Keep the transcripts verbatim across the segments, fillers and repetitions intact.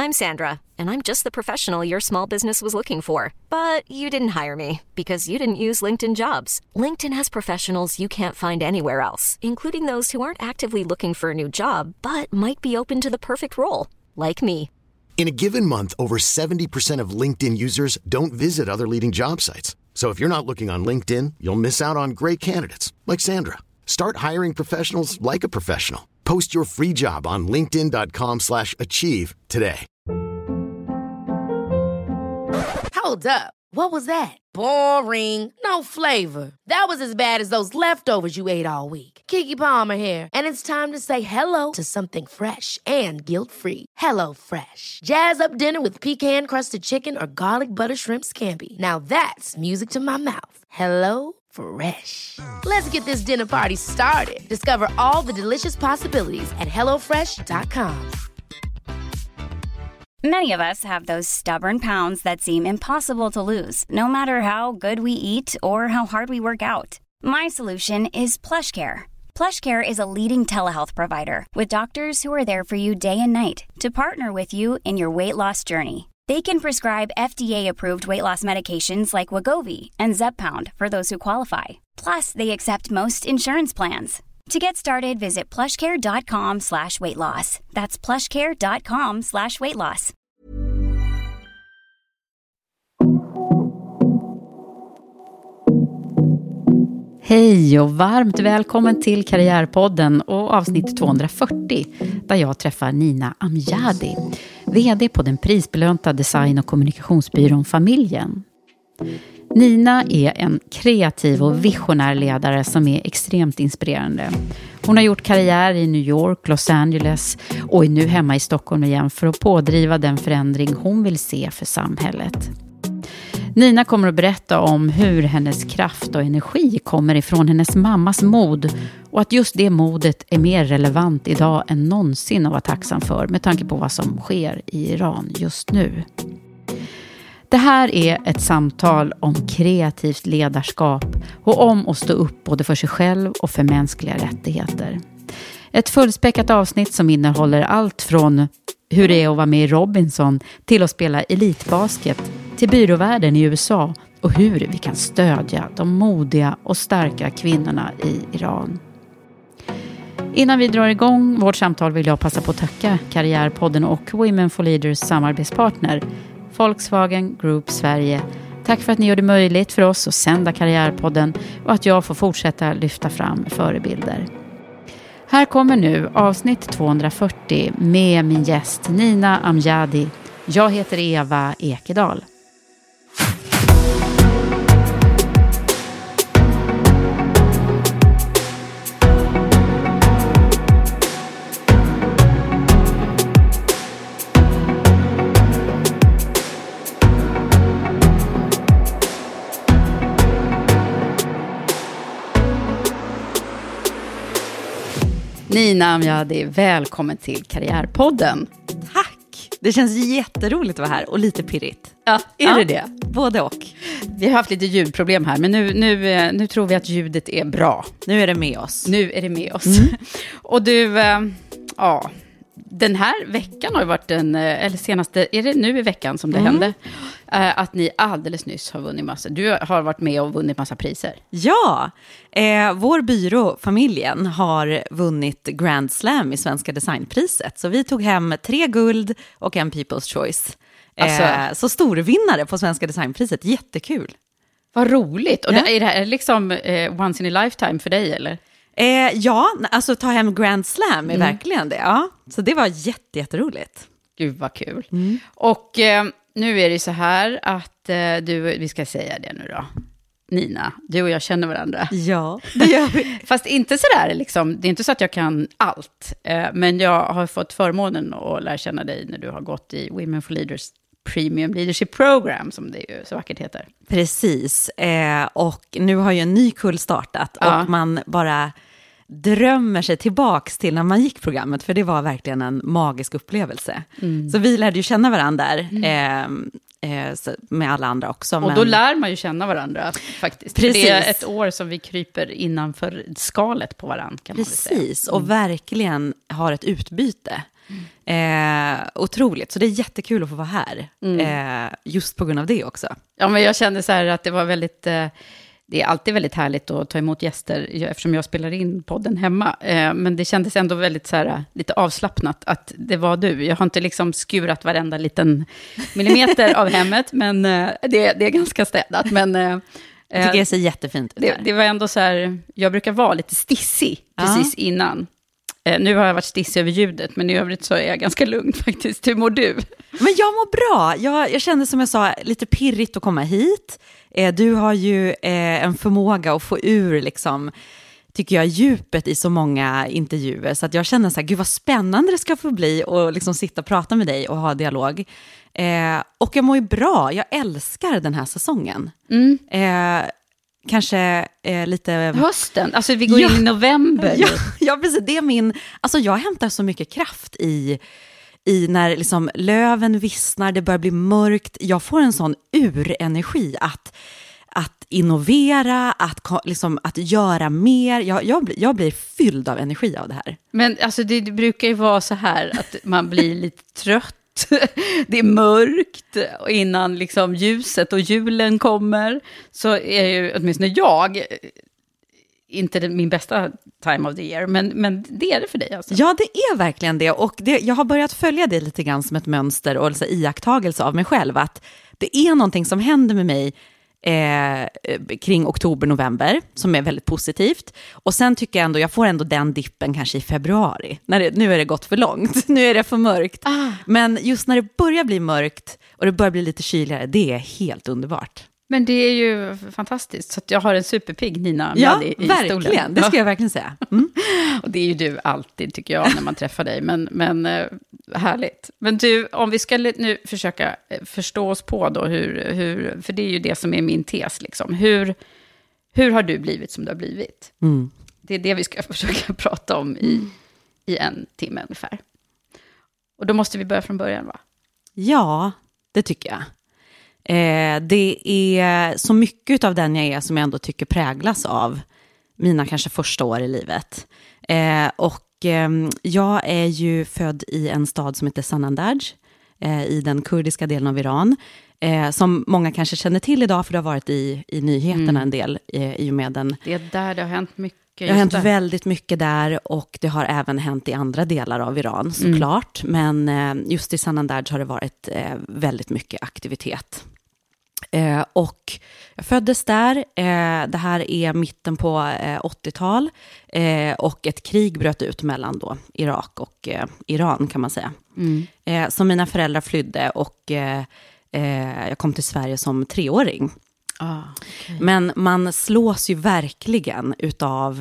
I'm Sandra, and I'm just the professional your small business was looking for. But you didn't hire me because you didn't use LinkedIn Jobs. LinkedIn has professionals you can't find anywhere else, including those who aren't actively looking for a new job, but might be open to the perfect role, like me. In a given month, over seventy percent of LinkedIn users don't visit other leading job sites. So if you're not looking on LinkedIn, you'll miss out on great candidates like Sandra. Start hiring professionals like a professional. Post your free job on linkedin dot com slash achieve today. Hold up. What was that? Boring. No flavor. That was as bad as those leftovers you ate all week. Keke Palmer here, and it's time to say hello to something fresh and guilt-free. Hello Fresh. Jazz up dinner with pecan-crusted chicken or garlic butter shrimp scampi. Now that's music to my mouth. Hello Fresh. Let's get this dinner party started. Discover all the delicious possibilities at hello fresh dot com. Many of us have those stubborn pounds that seem impossible to lose, no matter how good we eat or how hard we work out. My solution is PlushCare. PlushCare is a leading telehealth provider with doctors who are there for you day and night to partner with you in your weight loss journey. They can prescribe F D A-approved weight loss medications like Wegovy and Zepbound for those who qualify. Plus, they accept most insurance plans. To get started, visit plushcare.com slash weight loss. That's plushcare.com slash weight loss. Hej och varmt välkommen till Karriärpodden och avsnitt tvåhundrafyrtio där jag träffar Nina Amjadi, vd på den prisbelönta design- och kommunikationsbyrån Familjen. Nina är en kreativ och visionär ledare som är extremt inspirerande. Hon har gjort karriär i New York, Los Angeles och är nu hemma i Stockholm igen för att pådriva den förändring hon vill se för samhället. Nina kommer att berätta om hur hennes kraft och energi kommer ifrån hennes mammas mod och att just det modet är mer relevant idag än någonsin att vara tacksam för med tanke på vad som sker i Iran just nu. Det här är ett samtal om kreativt ledarskap och om att stå upp både för sig själv och för mänskliga rättigheter. Ett fullspäckat avsnitt som innehåller allt från hur det är att vara med i Robinson till att spela elitbasket, till byråvärlden i U S A och hur vi kan stödja de modiga och starka kvinnorna i Iran. Innan vi drar igång vårt samtal vill jag passa på att tacka Karriärpodden och Women for Leaders samarbetspartner Volkswagen Group Sverige. Tack för att ni gör det möjligt för oss att sända Karriärpodden och att jag får fortsätta lyfta fram förebilder. Här kommer nu avsnitt tvåhundrafyrtio med min gäst Nina Amjadi. Jag heter Eva Ekedal. Nina Amjadi, välkommen till Karriärpodden. Tack! Det känns jätteroligt att vara här och lite pirrigt. Ja, är ja. det det? Både och. Vi har haft lite ljudproblem här, men nu, nu, nu tror vi att ljudet är bra. Nu är det med oss. Nu är det med oss. Mm. Och du, äh, ja, den här veckan har ju varit den, eller senaste, är det nu i veckan som det mm. hände? Äh, att ni alldeles nyss har vunnit massa, du har varit med och vunnit massa priser. Ja, eh, vår byrå, Familjen, har vunnit Grand Slam i Svenska Designpriset. Så vi tog hem tre guld och en People's Choice. Eh, alltså, så storvinnare på Svenska Designpriset, jättekul. Vad roligt. Och ja. det, är det här liksom eh, once in a lifetime för dig, eller? Eh, ja, alltså ta hem Grand Slam är mm. verkligen det. Ja. Så det var jätte, jätteroligt. Gud vad kul. Mm. Och eh, nu är det så här att eh, du, vi ska säga det nu då. Nina, du och jag känner varandra. Ja, det gör vi. Fast inte så där liksom, det är inte så att jag kan allt. Eh, men jag har fått förmånen att lära känna dig när du har gått i Women for Leaders Premium Leadership Program, som det ju så vackert heter. Precis, eh, och nu har ju en ny kull startat ja. och man bara drömmer sig tillbaks till när man gick programmet, för det var verkligen en magisk upplevelse. Mm. Så vi lärde ju känna varandra där, mm. eh, eh, med alla andra också. Och men... då lär man ju känna varandra faktiskt. Precis. Det är ett år som vi kryper innanför skalet på varandra, kan man Precis, väl säga. Mm. och verkligen har ett utbyte. Eh, otroligt, så det är jättekul att få vara här. Mm. Eh, just på grund av det också. Ja, men jag kände så här att det var väldigt... Eh, det är alltid väldigt härligt att ta emot gäster eftersom jag spelar in podden hemma. Eh, men det kändes ändå väldigt så här, lite avslappnat att det var du. Jag har inte liksom skurat varenda liten millimeter av hemmet, men eh, det, det är ganska städat. Men... Eh, jag tycker det ser jättefint ut. Det, det var ändå så här, jag brukar vara lite stissig precis ja. innan. Eh, nu har jag varit stissig över ljudet, men i övrigt så är jag ganska lugn faktiskt. Hur mår du? Men jag mår bra. Jag, jag kände som jag sa, lite pirrigt att komma hit. Eh, du har ju eh, en förmåga att få ur, liksom, tycker jag, djupet i så många intervjuer. Så att jag känner så här, gud vad spännande det ska få bli att liksom sitta och prata med dig och ha dialog. Eh, och jag mår ju bra. Jag älskar den här säsongen. Mm. Eh, kanske eh, lite... Hösten, alltså vi går ja. in i november. Ja, ja, precis. Det är min... Alltså jag hämtar så mycket kraft i, i när liksom löven vissnar, det börjar bli mörkt. Jag får en sån urenergi att, att innovera, att, liksom, att göra mer. Jag, jag, blir, jag blir fylld av energi av det här. Men alltså det, det brukar ju vara så här att man blir lite trött. Det är mörkt och innan liksom ljuset och julen kommer så är ju åtminstone jag inte det, min bästa time of the year, men, men det är det för dig alltså. Ja, det är verkligen det, och det, jag har börjat följa det lite grann som ett mönster och alltså iakttagelse av mig själv, att det är någonting som händer med mig Eh, kring oktober-november som är väldigt positivt, och sen tycker jag ändå jag får ändå den dippen kanske i februari när det, nu är det gått för långt, nu är det för mörkt ah. men just när det börjar bli mörkt och det börjar bli lite kyligare, det är helt underbart. Men det är ju fantastiskt, så att jag har en superpigg Nina ja, i, i verkligen. stolen. Det ska jag verkligen säga. Mm. Och det är ju du alltid, tycker jag, när man träffar dig. Men, men äh, härligt. Men du, om vi ska nu försöka förstå oss på då, hur, hur, för det är ju det som är min tes. Liksom. Hur, hur har du blivit som du har blivit? Mm. Det är det vi ska försöka prata om i, i en timme ungefär. Och då måste vi börja från början, va? Ja, det tycker jag. Eh, det är så mycket av den jag är som jag ändå tycker präglas av mina kanske första år i livet. Eh, och eh, jag är ju född i en stad som heter Sanandaj eh, i den kurdiska delen av Iran. Eh, som många kanske känner till idag, för det har varit i, i nyheterna mm. en del eh, i och med den. Det är där det har hänt mycket. Det har hänt där. väldigt mycket där, och det har även hänt i andra delar av Iran såklart. Mm. Men eh, just i Sanandaj har det varit eh, väldigt mycket aktivitet. Eh, och jag föddes där, eh, det här är mitten på eh, åttiotal, eh, och ett krig bröt ut mellan då Irak och eh, Iran, kan man säga. Mm. Eh, så mina föräldrar flydde, och eh, eh, jag kom till Sverige som treåring. Ah, okay. Men man slås ju verkligen utav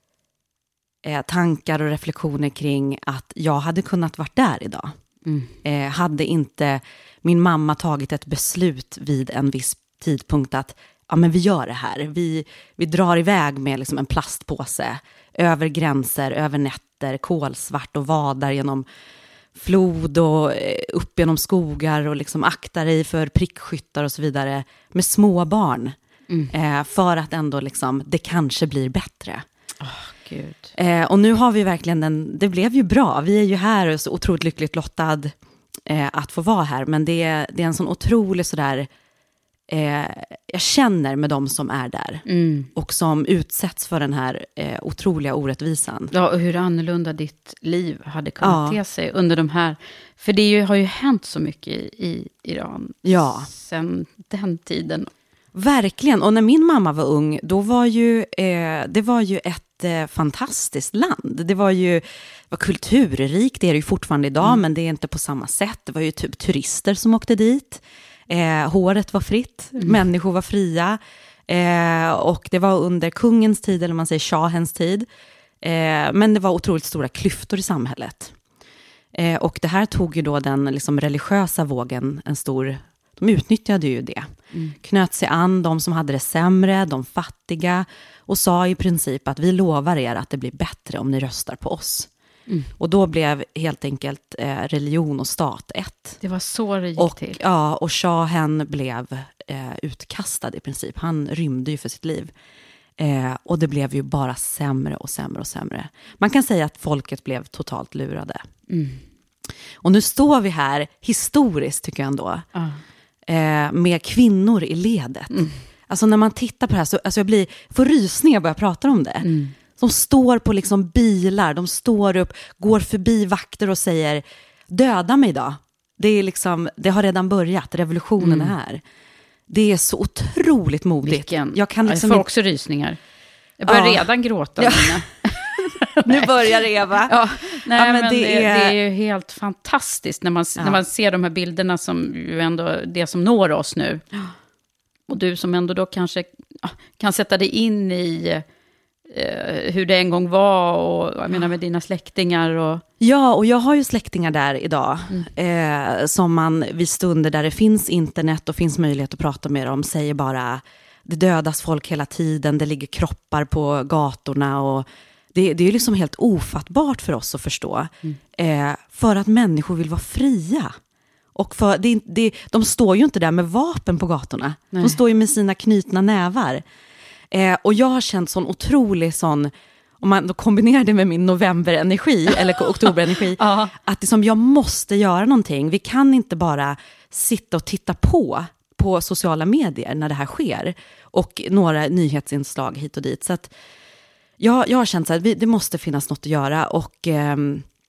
eh, tankar och reflektioner kring att jag hade kunnat varit där idag. Mm. Eh, hade inte min mamma tagit ett beslut vid en viss tidpunkt att ja, men vi gör det här. Vi, vi drar iväg med liksom en plastpåse över gränser, över nätter, kolsvart, och vadar genom flod och upp genom skogar och liksom aktar dig för prickskyttar och så vidare med små barn. Mm. Eh, för att ändå liksom, det kanske blir bättre. Oh, Gud. Eh, och nu har vi verkligen den, det blev ju bra. Vi är ju här och så otroligt lyckligt lottad eh, att få vara här. Men det är, det är en sån otrolig sådär, eh, jag känner med de som är där. Mm. Och som utsätts för den här eh, otroliga orättvisan. Ja, och hur annorlunda ditt liv hade kunnat ja. te sig under de här. För det är ju, har ju hänt så mycket i, i Iran ja. sen den tiden. Verkligen, och när min mamma var ung, då var ju, eh, det var ju ett eh, fantastiskt land. Det var ju var kulturrikt, det är det ju fortfarande idag, mm. men det är inte på samma sätt. Det var ju typ turister som åkte dit. Eh, håret var fritt, mm. människor var fria. Eh, och det var under kungens tid, eller man säger shahens tid. Eh, men det var otroligt stora klyftor i samhället. Eh, och det här tog ju då den liksom, religiösa vågen en stor... De utnyttjade ju det. Mm. Knöt sig an de som hade det sämre, de fattiga, och sa i princip att vi lovar er att det blir bättre om ni röstar på oss. Mm. Och då blev helt enkelt eh, religion och stat ett. Det var så det gick och, till. Ja, och shahen blev eh, utkastad i princip. Han rymde ju för sitt liv. Eh, och det blev ju bara sämre och sämre och sämre. Man kan säga att folket blev totalt lurade. Mm. Och nu står vi här historiskt tycker jag ändå. Uh. Eh, med kvinnor i ledet. Mm. Alltså när man tittar på det här så alltså jag blir, får rysningar bara jag pratar om det. Mm. De står på liksom bilar, de står upp, går förbi vakter och säger döda mig då. Det är liksom, det har redan börjat, revolutionen mm. är här. Det är så otroligt modigt. Vilken, jag kan liksom jag får också rysningar. Jag börjar ja. redan gråta. Ja. Nu börjar Eva. Ja, nej, ja, men men det, det, är... det är ju helt fantastiskt när man, ja. när man ser de här bilderna som ju ändå, det som når oss nu. Och du som ändå då kanske kan sätta dig in i eh, hur det en gång var och jag menar med dina släktingar. Och... Ja, och jag har ju släktingar där idag mm. eh, som man vid stunder där det finns internet och finns möjlighet att prata med dem säger bara det dödas folk hela tiden, det ligger kroppar på gatorna och det, det är ju liksom helt ofattbart för oss att förstå. Mm. Eh, för att människor vill vara fria. Och för, det, det, de står ju inte där med vapen på gatorna. Nej. De står ju med sina knutna nävar. Eh, och jag har känt sån otrolig sån, om man då kombinerar det med min novemberenergi eller oktoberenergi, att liksom, jag måste göra någonting. Vi kan inte bara sitta och titta på på sociala medier när det här sker. Och några nyhetsinslag hit och dit. Så att jag, jag har känt så att vi, det måste finnas något att göra. Och eh,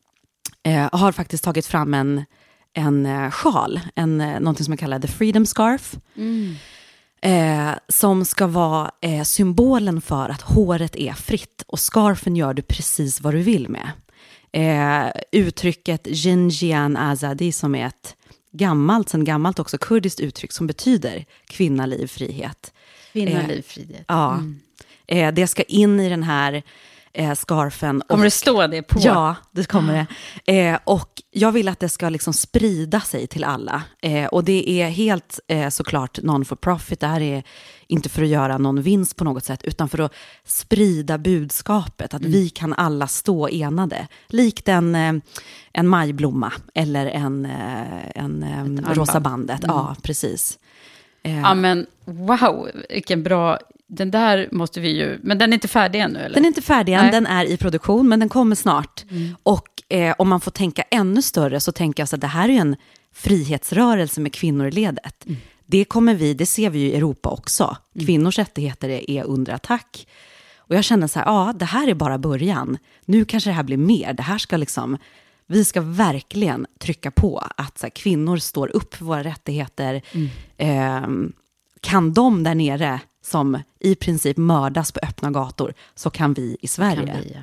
eh, har faktiskt tagit fram en en uh, sjal, en, uh, någonting som jag kallar the freedom scarf. Mm. Eh, som ska vara eh, symbolen för att håret är fritt och scarfen gör du precis vad du vill med. Eh, uttrycket Jinjian Azadi som är ett gammalt, sen gammalt också kurdiskt uttryck som betyder kvinna, liv, frihet. Kvinna, eh, liv, frihet. Ja. Mm. Eh, det ska in i den här Eh, scarfen. Kommer och, det stå det på? Ja, det kommer det. Eh, och jag vill att det ska liksom sprida sig till alla. Eh, och det är helt eh, såklart non-for-profit. Det här är inte för att göra någon vinst på något sätt, utan för att sprida budskapet. Att mm. vi kan alla stå enade. Likt en, eh, en majblomma eller en, eh, en eh, rosa bandet. Mm. Ja, precis. Eh, ja, men wow, vilken bra... Den där måste vi ju... Men den är inte färdig ännu, eller? Den är inte färdig än, den är i produktion, men den kommer snart. Mm. Och eh, om man får tänka ännu större så tänker jag så att det här är en frihetsrörelse med kvinnor i ledet. Mm. Det kommer vi, det ser vi ju i Europa också. Kvinnors mm. rättigheter är, är under attack. Och jag känner så här, ja, det här är bara början. Nu kanske det här blir mer. Det här ska liksom... Vi ska verkligen trycka på att så här, kvinnor står upp för våra rättigheter. Mm. Eh, kan de där nere som i princip mördas på öppna gator, så kan vi i Sverige. Kan vi, ja.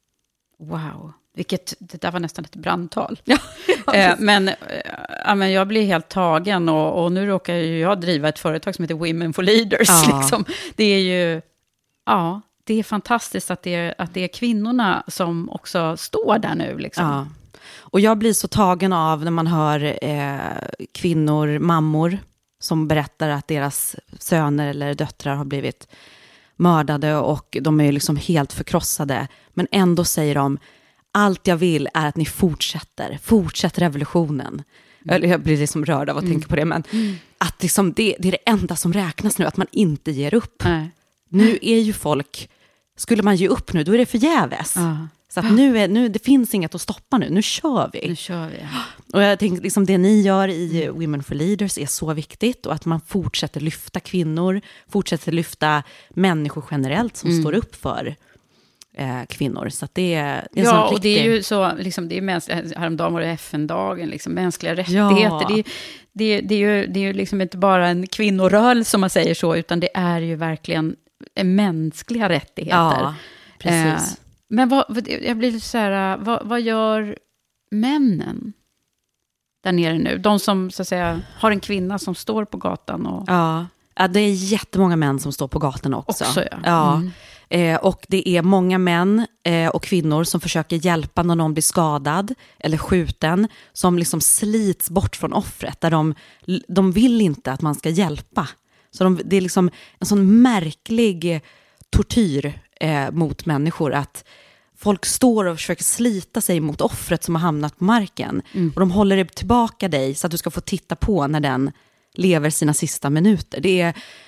Wow, vilket, det där var nästan ett brandtal. Ja, eh, men, eh, men jag blir helt tagen och, och nu råkar ju jag driva ett företag som heter Women for Leaders. Ja. Liksom. Det är ju, ja, det är fantastiskt att det är, att det är kvinnorna som också står där nu. Liksom. Ja. Och jag blir så tagen av när man hör eh, kvinnor, mammor, som berättar att deras söner eller döttrar har blivit mördade och de är liksom helt förkrossade. Men ändå säger de, allt jag vill är att ni fortsätter. Fortsätt revolutionen. Mm. Jag blir liksom rörd av att mm. tänka på det. Men mm. att liksom det, det är det enda som räknas nu, att man inte ger upp. Nej. Nu är ju folk, skulle man ge upp nu, då är det förgäves. Ja. Så att nu är, nu, det finns inget att stoppa nu. Nu kör vi. Nu kör vi. Och jag tänker liksom det ni gör i Women for Leaders är så viktigt. Och att man fortsätter lyfta kvinnor. Fortsätter lyfta människor generellt som mm. står upp för eh, kvinnor. Så att det är, det är ja, och riktig... det är ju så, liksom, det är mänskliga, häromdagen var det F N-dagen, liksom, mänskliga rättigheter. Ja. Det, är, det, är, det är ju, det är ju liksom inte bara en kvinnorörelse som man säger så, utan det är ju verkligen mänskliga rättigheter. Ja, precis. Eh, Men vad, jag blir så här, vad, vad gör männen där nere nu? De som så att säga har en kvinna som står på gatan. Och... Ja. Ja, det är jättemånga män som står på gatan också. också ja. Ja. Mm. Eh, och det är många män eh, och kvinnor som försöker hjälpa när någon blir skadad eller skjuten. Som liksom slits bort från offret. Där de, de vill inte att man ska hjälpa. Så de, det är liksom en sån märklig tortyr eh, mot människor. Att folk står och försöker slita sig mot offret som har hamnat på marken. Mm. Och de håller tillbaka dig så att du ska få titta på när den lever sina sista minuter. Det är,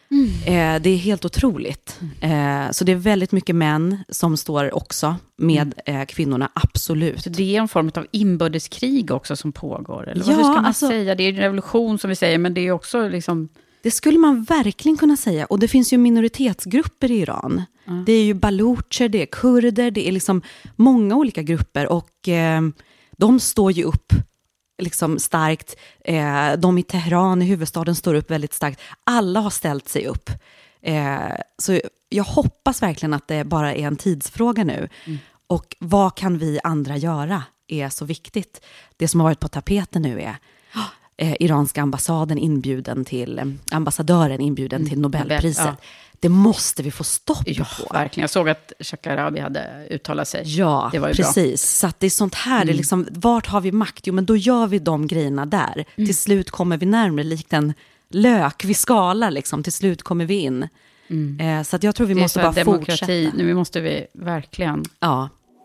Mm. Eh, det är helt otroligt. Mm. Eh, så det är väldigt mycket män som står också med mm. eh, kvinnorna, absolut. Så det är en form av inbördeskrig också som pågår? Eller ja, vad ska man alltså, säga? Det är en revolution som vi säger, men det är också liksom... Det skulle man verkligen kunna säga. Och det finns ju minoritetsgrupper i Iran. Mm. Det är ju balucher, det är kurder, det är liksom många olika grupper. Och eh, de står ju upp liksom starkt. Eh, de i Teheran, i huvudstaden, står upp väldigt starkt. Alla har ställt sig upp. Eh, så jag hoppas verkligen att det bara är en tidsfråga nu. Mm. Och vad kan vi andra göra är så viktigt. Det som har varit på tapeten nu är... Eh, iranska ambassaden inbjuden till, eh, ambassadören inbjuden till Nobelpriset. Ja. Det måste vi få stopp ja, på. Verkligen. Jag såg att Shakarabi hade uttalat sig. Ja, det var ju precis. Bra. Så att det är sånt här, mm. det är liksom, vart har vi makt? Jo, men då gör vi de grejerna där. Mm. Till slut kommer vi närmare, likt en lök vi skalar liksom. Till slut kommer vi in. Mm. Eh, så att jag tror vi det måste bara demokrati. fortsätta. Nu måste vi verkligen... Ja.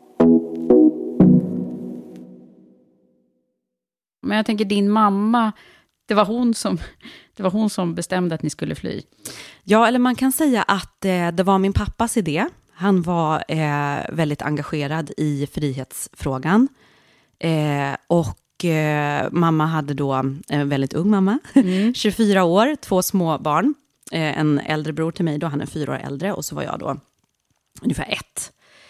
Men jag tänker, din mamma, det var hon som, det var hon som bestämde att ni skulle fly. Ja, eller man kan säga att eh, det var min pappas idé. Han var eh, väldigt engagerad i frihetsfrågan. Eh, och eh, mamma hade då, en eh, väldigt ung mamma, mm. tjugofyra år, två små barn. Eh, en äldre bror till mig då, han är fyra år äldre. Och så var jag då ungefär ett.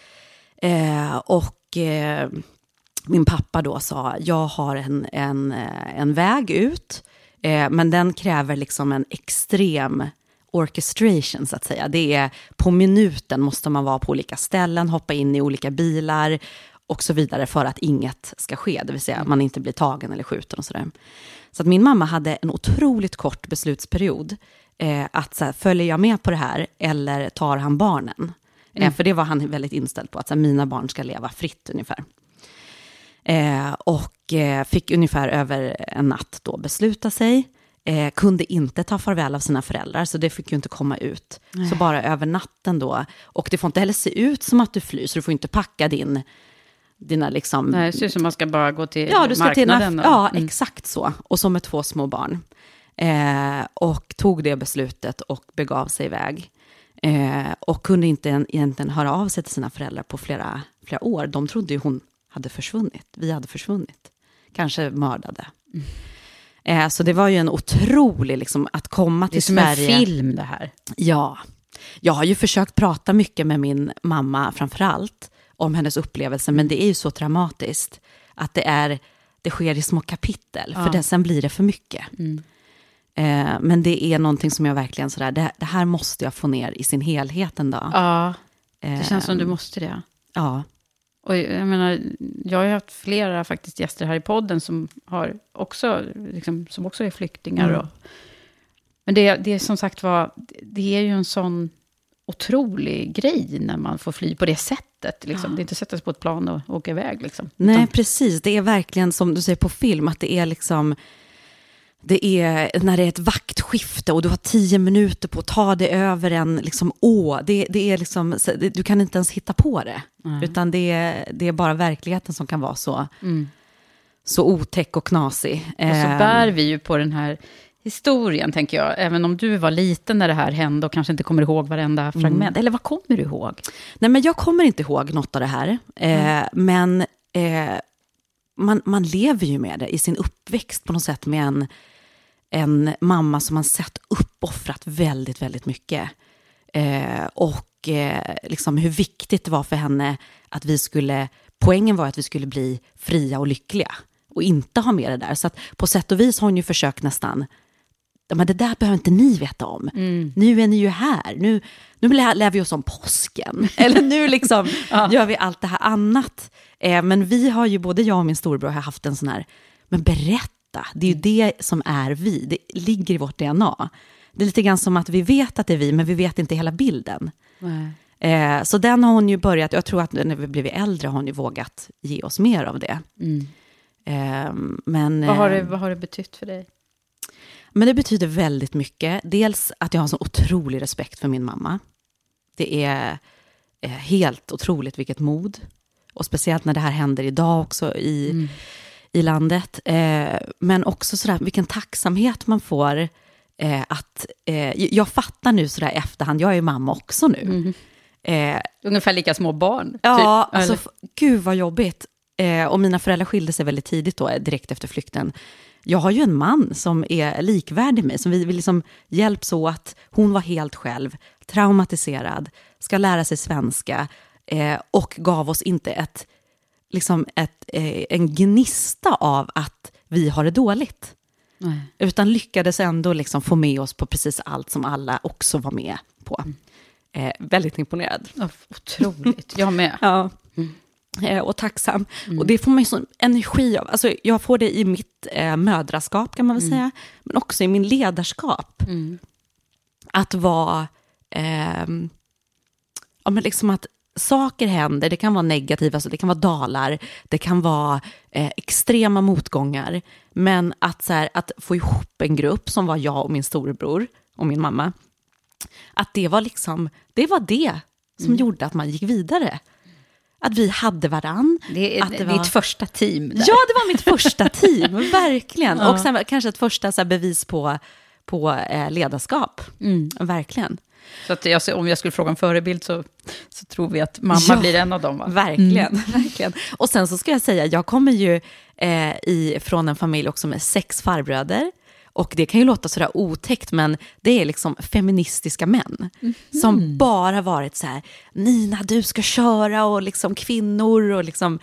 Eh, och... Eh, Min pappa då sa, jag har en, en, en väg ut, eh, men den kräver liksom en extrem orchestration så att säga. Det är på minuten måste man vara på olika ställen, hoppa in i olika bilar och så vidare för att inget ska ske. Det vill säga man inte blir tagen eller skjuten och sådär. Så att min mamma hade en otroligt kort beslutsperiod. Eh, att så här, följer jag med på det här eller tar han barnen? Mm. Eh, för det var han väldigt inställd på, att så här, mina barn ska leva fritt ungefär. Eh, och eh, fick ungefär över en natt då besluta sig. Eh, kunde inte ta farväl av sina föräldrar, så det fick ju inte komma ut. Nej. Så bara över natten då. Och det får inte heller se ut som att du flyr, så du får inte packa din, dina liksom... Nej, det ser ut som att man ska bara gå till ja, du ska marknaden. Till, ja, mm. exakt så. Och så med två små barn. Eh, och tog det beslutet och begav sig iväg. Eh, och kunde inte egentligen höra av sig till sina föräldrar på flera, flera år. De trodde ju hon hade försvunnit. Vi hade försvunnit. Kanske mördade. Mm. Eh, så det var ju en otrolig liksom, att komma till Sverige. Det är som en film det här. Ja. Jag har ju försökt prata mycket med min mamma framförallt om hennes upplevelse, men det är ju så traumatiskt att det är det sker i små kapitel, ja. För det, sen blir det för mycket. Mm. Eh, men det är någonting som jag verkligen sådär, det, det här måste jag få ner i sin helhet en dag. Ja, det eh, känns som du måste det. Ja. Och jag menar, jag har ju haft flera faktiskt gäster här i podden som har också, liksom, som också är flyktingar. Mm. Och, men det, det är som sagt var, det är ju en sån otrolig grej när man får fly på det sättet. Liksom. Ja. Det är inte att sätta sig på ett plan och åka iväg. Liksom. Nej, Utan, precis. Det är verkligen som du säger på film, att det är liksom... Det är när det är ett vaktskifte och du har tio minuter på att ta det över en liksom, å. Det, det är liksom, du kan inte ens hitta på det. Mm. Utan det är, det är bara verkligheten som kan vara så, mm. så otäck och knasig. Och så bär vi ju på den här historien, tänker jag. Även om du var liten när det här hände och kanske inte kommer ihåg varenda fragment. Mm. Eller vad kommer du ihåg? Nej, men jag kommer inte ihåg något av det här. Mm. Eh, men eh, man, man lever ju med det i sin uppväxt på något sätt med en en mamma som man sett uppoffrat väldigt, väldigt mycket. Eh, och eh, liksom hur viktigt det var för henne att vi skulle, poängen var att vi skulle bli fria och lyckliga och inte ha med det där. Så att på sätt och vis har hon ju försökt nästan, men det där behöver inte ni veta om. Mm. Nu är ni ju här. Nu, nu lär vi oss om påsken. Eller nu liksom ja. Gör vi allt det här annat. Eh, men vi har ju, både jag och min storbror har haft en sån här, men berätta. Det är ju det som är vi. Det ligger i vårt D N A. Det är lite grann som att vi vet att det är vi, men vi vet inte hela bilden. Eh, så den har hon ju börjat, jag tror att när vi blivit äldre har hon ju vågat ge oss mer av det. Mm. Eh, men, vad, har det vad har det betytt för dig? Men det betyder väldigt mycket. Dels att jag har så otrolig respekt för min mamma. Det är eh, helt otroligt vilket mod. Och speciellt när det här händer idag också i... Mm. i landet, eh, men också sådär vilken tacksamhet man får eh, att eh, jag fattar nu sådär i efterhand, jag är mamma också nu. Mm. Eh, Ungefär lika små barn. ja, typ. alltså f- gud vad jobbigt. Eh, och mina föräldrar skilde sig väldigt tidigt då, direkt efter flykten. Jag har ju en man som är likvärdig mig, som vi, vi liksom hjälps åt. Hon var helt själv, traumatiserad, ska lära sig svenska eh, och gav oss inte ett, liksom ett, eh, en gnista av att vi har det dåligt. Nej. Utan lyckades ändå liksom få med oss på precis allt som alla också var med på. Mm. Eh, väldigt imponerad. Oh, otroligt, jag med. Ja. Mm. Eh, och tacksam. Mm. Och det får man ju sån energi av. Alltså, jag får det i mitt eh, mödraskap kan man väl mm. säga. Men också i min ledarskap. Mm. Att vara... Eh, ja, men liksom att saker händer. Det kan vara negativa, alltså det kan vara dalar. Det kan vara eh, extrema motgångar. Men att, så här, att få ihop en grupp som var jag och min storebror och min mamma. Att det var liksom... Det var det som mm. gjorde att man gick vidare. Att vi hade varann. Det är att det ditt var... första team. Där. Ja, det var mitt första team, verkligen. Ja. Och sen kanske ett första så här, bevis på, på eh, ledarskap, mm. verkligen. Så att jag, om jag skulle fråga en förebild så, så tror vi att mamma ja, blir en av dem, va? Verkligen, mm. verkligen. Och sen så ska jag säga, jag kommer ju eh, i, från en familj också med sex farbröder. Och det kan ju låta sådär otäckt, men det är liksom feministiska män. Mm. Som bara varit så här: Nina, du ska köra, och liksom kvinnor. Och liksom,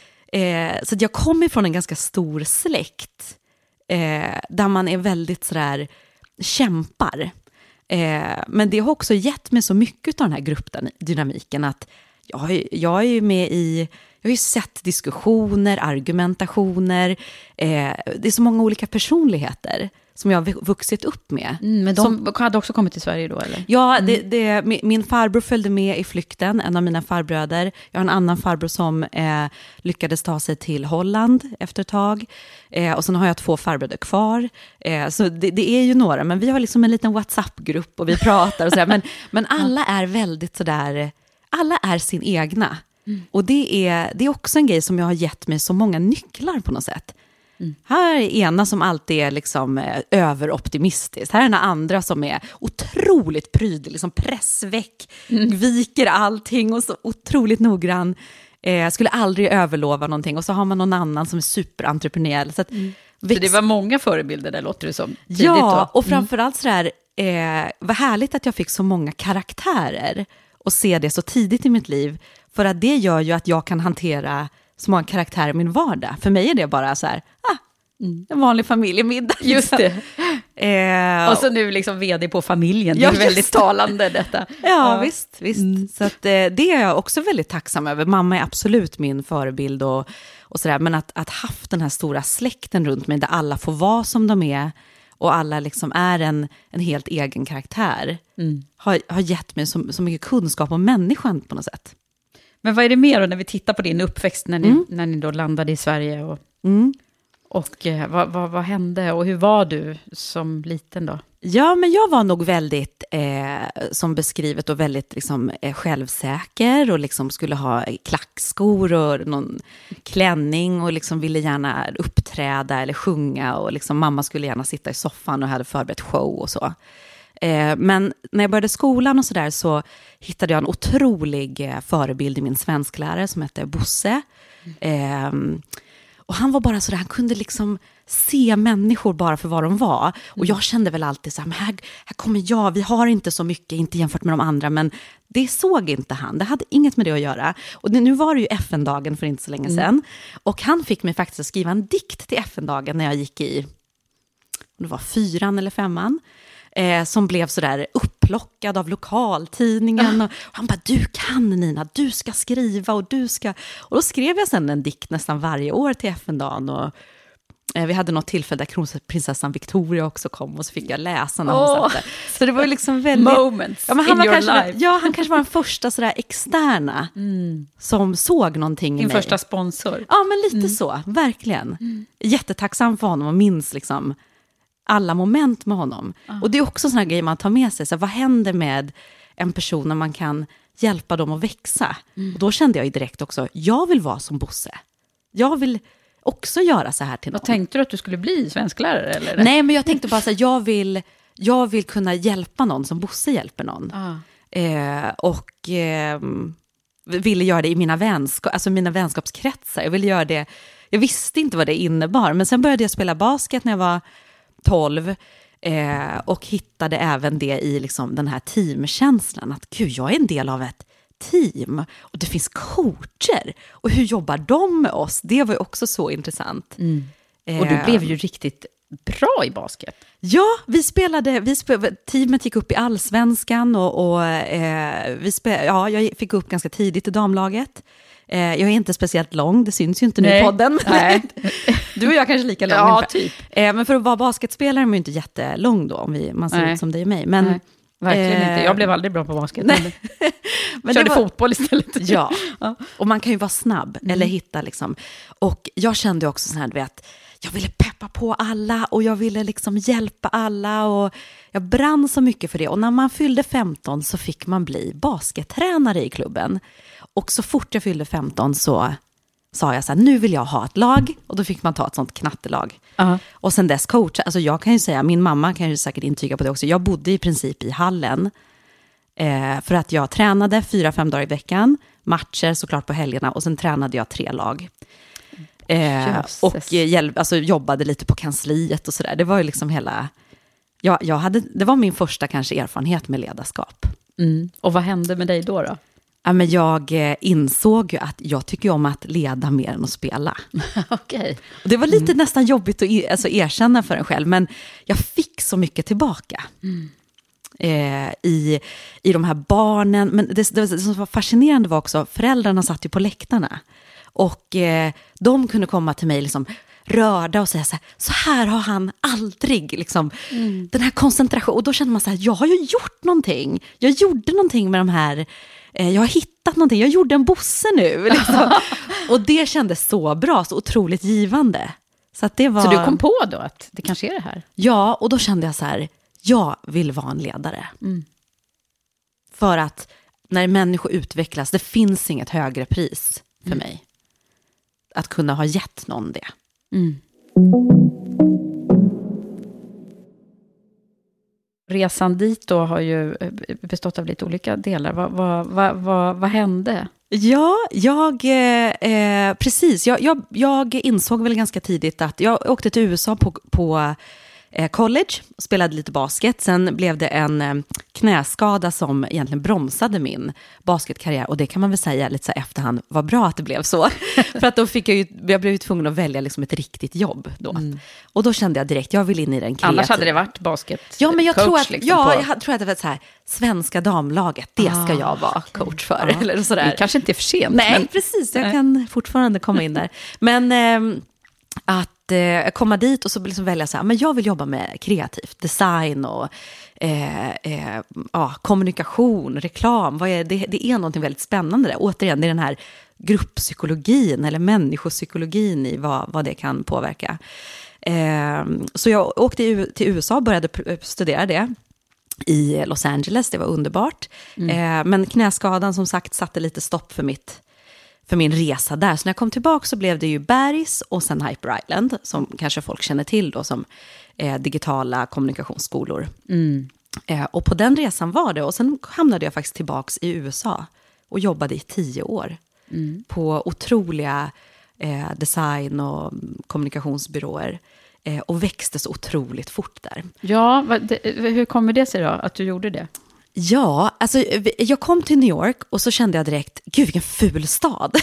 eh, så att jag kommer från en ganska stor släkt. Eh, där man är väldigt sådär, kämpar. Eh, men det har också gett mig så mycket av den här gruppdynamiken. Att jag, jag är ju med i... Jag har ju sett diskussioner, argumentationer. Eh, det är så många olika personligheter som jag har vuxit upp med. Mm, men de som, hade också kommit till Sverige då, eller? Ja, det, det, min, min farbror följde med i flykten, en av mina farbröder. Jag har en annan farbror som eh, lyckades ta sig till Holland efter ett tag. Eh, och sen har jag två farbröder kvar. Eh, så det, det är ju några, men vi har liksom en liten WhatsApp-grupp och vi pratar och sådär. Men, men alla är väldigt sådär, alla är sin egna. Mm. Och det är, det är också en grej som jag har gett mig så många nycklar på något sätt. Mm. Här är ena som alltid är liksom eh, överoptimistisk. Här är en andra som är otroligt prydlig, liksom pressväck, mm. viker allting och så otroligt noggrann. Eh, skulle aldrig överlova någonting. Och så har man någon annan som är superentreprenöriell. Så, att, mm. så det var många förebilder där, låter det som. Tidigt ja, då. Och framförallt sådär, eh, vad härligt att jag fick så många karaktärer och se det så tidigt i mitt liv. För att det gör ju att jag kan hantera så många karaktärer i min vardag. För mig är det bara så här, ah, mm. en vanlig familjemiddag. Just det. eh, och så nu liksom vd på familjen. Ja, det är väldigt talande detta. Ja, ja. visst. visst. Mm. Så att, eh, det är jag också väldigt tacksam över. Mamma är absolut min förebild och, och sådär. Men att, att haft den här stora släkten runt mig där alla får vara som de är och alla liksom är en, en helt egen karaktär mm. har, har gett mig så, så mycket kunskap om människan på något sätt. Men vad är det mer då när vi tittar på din uppväxt när ni, mm. när ni då landade i Sverige? Och, mm. och eh, vad, vad, vad hände och hur var du som liten då? Ja, men jag var nog väldigt, eh, som beskrivet, och väldigt liksom, eh, självsäker och liksom skulle ha klackskor och någon klänning och liksom ville gärna uppträda eller sjunga och liksom, mamma skulle gärna sitta i soffan och hade förberett show och så. Eh, men när jag började skolan och så där så hittade jag en otrolig eh, förebild i min svensklärare som hette Bosse. Eh, och han var bara så där, han kunde liksom se människor bara för vad de var. Och jag kände väl alltid så här, men här, här kommer jag, vi har inte så mycket, inte jämfört med de andra, men det såg inte han. Det hade inget med det att göra. Och det, nu var det ju F N-dagen för inte så länge sedan. Mm. Och han fick mig faktiskt att skriva en dikt till F N-dagen när jag gick i, det var fyran eller femman. Eh, som blev sådär upplockad av lokaltidningen. Och, och han bara, du kan Nina, du ska skriva och du ska... Och då skrev jag sen en dikt nästan varje år till F N-dagen. Och eh, vi hade något tillfälle där kronprinsessan Victoria också kom och så fick jag läsa när hon oh. satt där. Så det var ju liksom väldigt... Moments ja, men han in var your kanske, life. Ja, han kanske var den första sådär externa mm. som såg någonting i Din mig. första sponsor. Ja, men lite mm. så, verkligen. Mm. Jättetacksam för honom och minns liksom... alla moment med honom. Uh. Och det är också såna grejer man tar med sig. Så vad händer med en person när man kan hjälpa dem att växa? Mm. Och då kände jag ju direkt också, jag vill vara som Bosse. Jag vill också göra så här till någon. Vad tänkte du att du skulle bli svensklärare? Eller? Nej, men jag tänkte bara så här, jag vill, jag vill kunna hjälpa någon som Bosse hjälper någon. Ah. Eh, och eh, ville göra det i mina, vänska- alltså mina vänskapskretsar. Jag ville göra det, jag visste inte vad det innebar. Men sen började jag spela basket när jag var tolv. Eh, och hittade även det i liksom den här teamkänslan. Att gud, jag är en del av ett team. Och det finns coacher. Och hur jobbar de med oss? Det var ju också så intressant. Mm. Och du blev ju riktigt bra i basket. Ja, vi spelade, vi spelade teamet gick upp i allsvenskan och, och eh, vi spelade, ja, jag fick upp ganska tidigt i damlaget. Eh, jag är inte speciellt lång, det syns ju inte nu i podden. Nej. Du och jag kanske lika lång. Ja, typ. Eh, men för att vara basketspelare är man ju inte jättelång då, om vi, man ser Nej. ut som dig och mig. Men, Nej, verkligen eh, inte. Jag blev aldrig bra på basket. Nej. Men körde det var, fotboll istället. Ja, och man kan ju vara snabb, mm. eller hitta liksom. Och jag kände också så här, du vet, jag ville peppa på alla och jag ville liksom hjälpa alla och jag brann så mycket för det. Och när man fyllde femton så fick man bli baskettränare i klubben. Och så fort jag fyllde femton så sa jag så här, nu vill jag ha ett lag. Och då fick man ta ett sånt knattelag. Uh-huh. Och sen dess coach, alltså jag kan ju säga, min mamma kan ju säkert intyga på det också. Jag bodde i princip i hallen. Eh, för att jag tränade fyra, fem dagar i veckan. Matcher såklart på helgerna och sen tränade jag tre lag. Eh, och hjälp, alltså, jobbade lite på kansliet och sådär. Det var ju liksom hela... Ja, jag hade, det var min första kanske erfarenhet med ledarskap. Mm. Och vad hände med dig då då? Ja, men jag eh, insåg ju att jag tycker om att leda mer än att spela. Okej. Och det var lite mm. nästan jobbigt att e- alltså, erkänna för en själv. Men jag fick så mycket tillbaka. Mm. Eh, i, i de här barnen. Men det, det, det som var fascinerande var också, föräldrarna satt ju på läktarna. Och eh, de kunde komma till mig liksom rörda och säga så här, så här har han aldrig liksom, mm. den här koncentrationen. Och då kände man så här, jag har ju gjort någonting. Jag gjorde någonting med de här, eh, jag har hittat någonting. Jag gjorde en Bosse nu. Liksom. Och det kändes så bra, så otroligt givande. Så, att det var... så du kom på då att det kanske är det här? Ja, och då kände jag så här, jag vill vara en ledare. Mm. För att när människor utvecklas, det finns inget högre pris för mm. mig. Att kunna ha gett någon det. Mm. Resan dit då har ju bestått av lite olika delar. Vad, vad, vad, vad, vad hände? Ja, jag, eh, precis. Jag, jag, jag insåg väl ganska tidigt att jag åkte till U S A på, på college, spelade lite basket. Sen blev det en knäskada som egentligen bromsade min basketkarriär. Och det kan man väl säga lite så efterhand var bra att det blev så. För att då fick jag ju, jag blev ju tvungen att välja liksom ett riktigt jobb då. Mm. Och då kände jag direkt, jag vill in i den kreativa. Annars hade det varit basket. Ja, men jag coach, tror att, liksom, ja, på... jag tror att det var så här, svenska damlaget, det ska ah, jag vara okay. coach för. Ah. Eller sådär. Det kanske inte är för sent. Nej, men... precis. Jag Nej. kan fortfarande komma in där. Men eh, att eh, komma dit och så liksom välja så här, men jag vill jobba med kreativt, design och eh, eh, ja, kommunikation, reklam. Vad är det? Det är någonting väldigt spännande där. Återigen, det är den här grupppsykologin eller människopsykologin i vad, vad det kan påverka. Eh, så jag åkte till U S A och började studera det i Los Angeles. Det var underbart. Mm. Eh, men knäskadan som sagt satte lite stopp för mitt för min resa där. Så när jag kom tillbaka så blev det ju Bergs och sen Hyper Island, som kanske folk känner till då som eh, digitala kommunikationsskolor. Mm. Eh, och på den resan var det. Och sen hamnade jag faktiskt tillbaka i U S A och jobbade i tio år mm. på otroliga eh, design- och kommunikationsbyråer. Eh, och växte så otroligt fort där. Ja, vad, hur kommer det sig då att du gjorde det? Ja, alltså jag kom till New York och så kände jag direkt, gud vilken ful stad.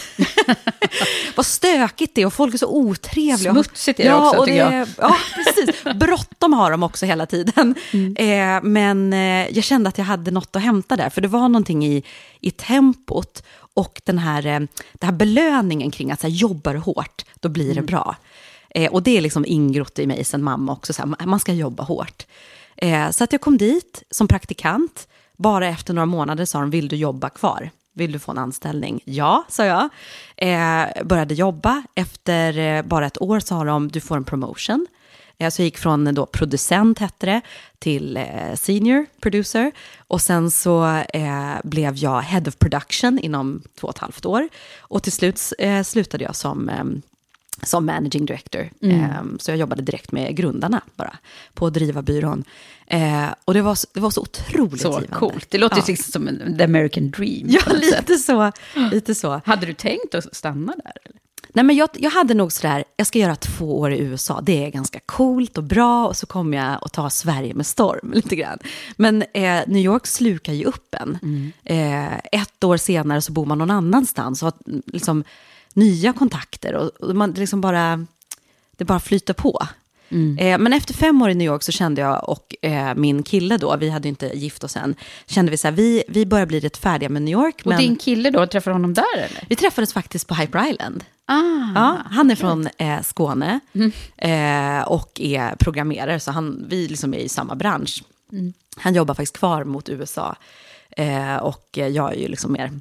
Vad stökigt det är och folk är så otrevliga. Smutsigt är det ja, också, och tycker det, jag. Ja, precis. Bråttom har de också hela tiden. Mm. Eh, men eh, jag kände att jag hade något att hämta där. För det var någonting i, i tempot och den här, eh, den här belöningen kring att så här, jobbar hårt, då blir mm. det bra. Eh, och det är liksom ingrott i mig sen mamma också, så här, man ska jobba hårt. Eh, så att jag kom dit som praktikant. Bara efter några månader sa de, vill du jobba kvar? Vill du få en anställning? Ja, sa jag. Eh, började jobba. Efter eh, bara ett år sa de, du får en promotion. Eh, så jag gick från då producent, hette det, till eh, senior producer. Och sen så eh, blev jag head of production inom två och ett halvt år. Och till slut eh, slutade jag som... Eh, som managing director. Mm. Eh, så jag jobbade direkt med grundarna bara på att driva byrån. Eh, och det var, det var så otroligt Så givande. coolt. Det låter Ja. liksom som en the American dream. Ja, på något sätt. lite så, lite så. Hade du tänkt att stanna där? Eller? Nej, men jag, jag hade nog sådär, jag ska göra två år i U S A. Det är ganska coolt och bra. Och så kommer jag att ta Sverige med storm lite grann. Men eh, New York slukar ju upp en. Mm. Eh, ett år senare så bor man någon annanstans. Och har liksom nya kontakter. Och, och man liksom bara, det bara flyter på. Mm. Eh, men efter fem år i New York så kände jag och eh, min kille då, vi hade inte gift oss än, kände vi så här, vi, vi börjar bli rätt färdiga med New York. Och men din kille då, träffade du honom där eller? Vi träffades faktiskt på Hyper Island. Ah, Ja, han är från eh, Skåne mm. eh, och är programmerare, så han, vi liksom är i samma bransch. Mm. Han jobbar faktiskt kvar mot U S A eh, och jag är ju liksom mer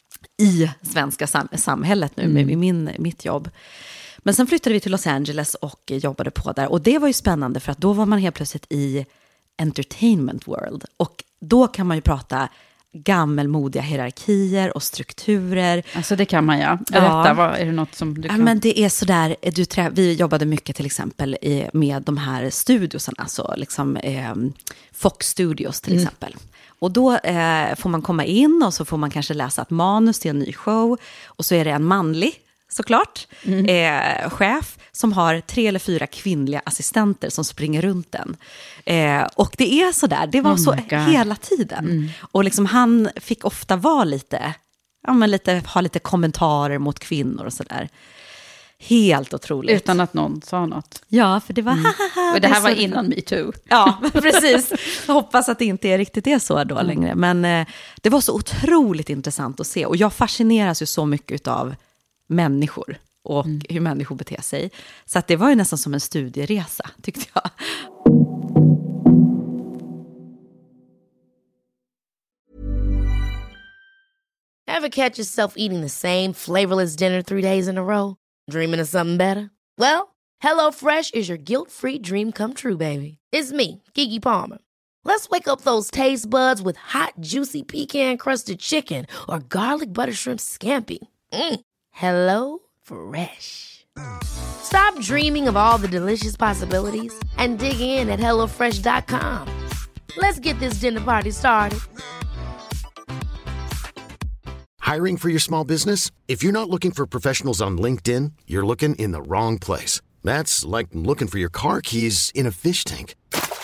i svenska sam- samhället nu mm. med min, mitt jobb. Men sen flyttade vi till Los Angeles och jobbade på där. Och det var ju spännande för att då var man helt plötsligt i entertainment world. Och då kan man ju prata gammelmodiga hierarkier och strukturer. Alltså det kan man ja. Berätta, ja. Vad, är det något som du kan... Ja, men det är sådär, du trä, vi jobbade mycket till exempel i, med de här studiosarna, alltså liksom eh, Fox Studios till mm. exempel. Och då eh, får man komma in och så får man kanske läsa ett manus till en ny show. Och så är det en manlig, såklart, mm. eh, chef som har tre eller fyra kvinnliga assistenter som springer runt den. Eh, och det är så där, det var oh så hela tiden. Mm. Och liksom han fick ofta vara lite, ja men lite, ha lite kommentarer mot kvinnor och sådär. Helt otroligt. Utan att någon sa något. Ja, för det var mm. Och det här var innan Me Too. Ja, precis. Jag hoppas att det inte är riktigt är så då mm. längre. Men eh, det var så otroligt intressant att se. Och jag fascineras ju så mycket av människor och mm. hur människor beter sig. Så att det var ju nästan som en studieresa, tyckte jag. Ever catch yourself eating the same flavorless dinner three days in a row? Dreaming of something better? Well, HelloFresh is your guilt-free dream come true, baby. It's me, Keke Palmer. Let's wake up those taste buds with hot, juicy pecan-crusted chicken or garlic butter shrimp scampi. Mm. Hello Fresh. Stop dreaming of all the delicious possibilities and dig in at hello fresh dot com. Let's get this dinner party started. Hiring for your small business? If you're not looking for professionals on LinkedIn, you're looking in the wrong place. That's like looking for your car keys in a fish tank.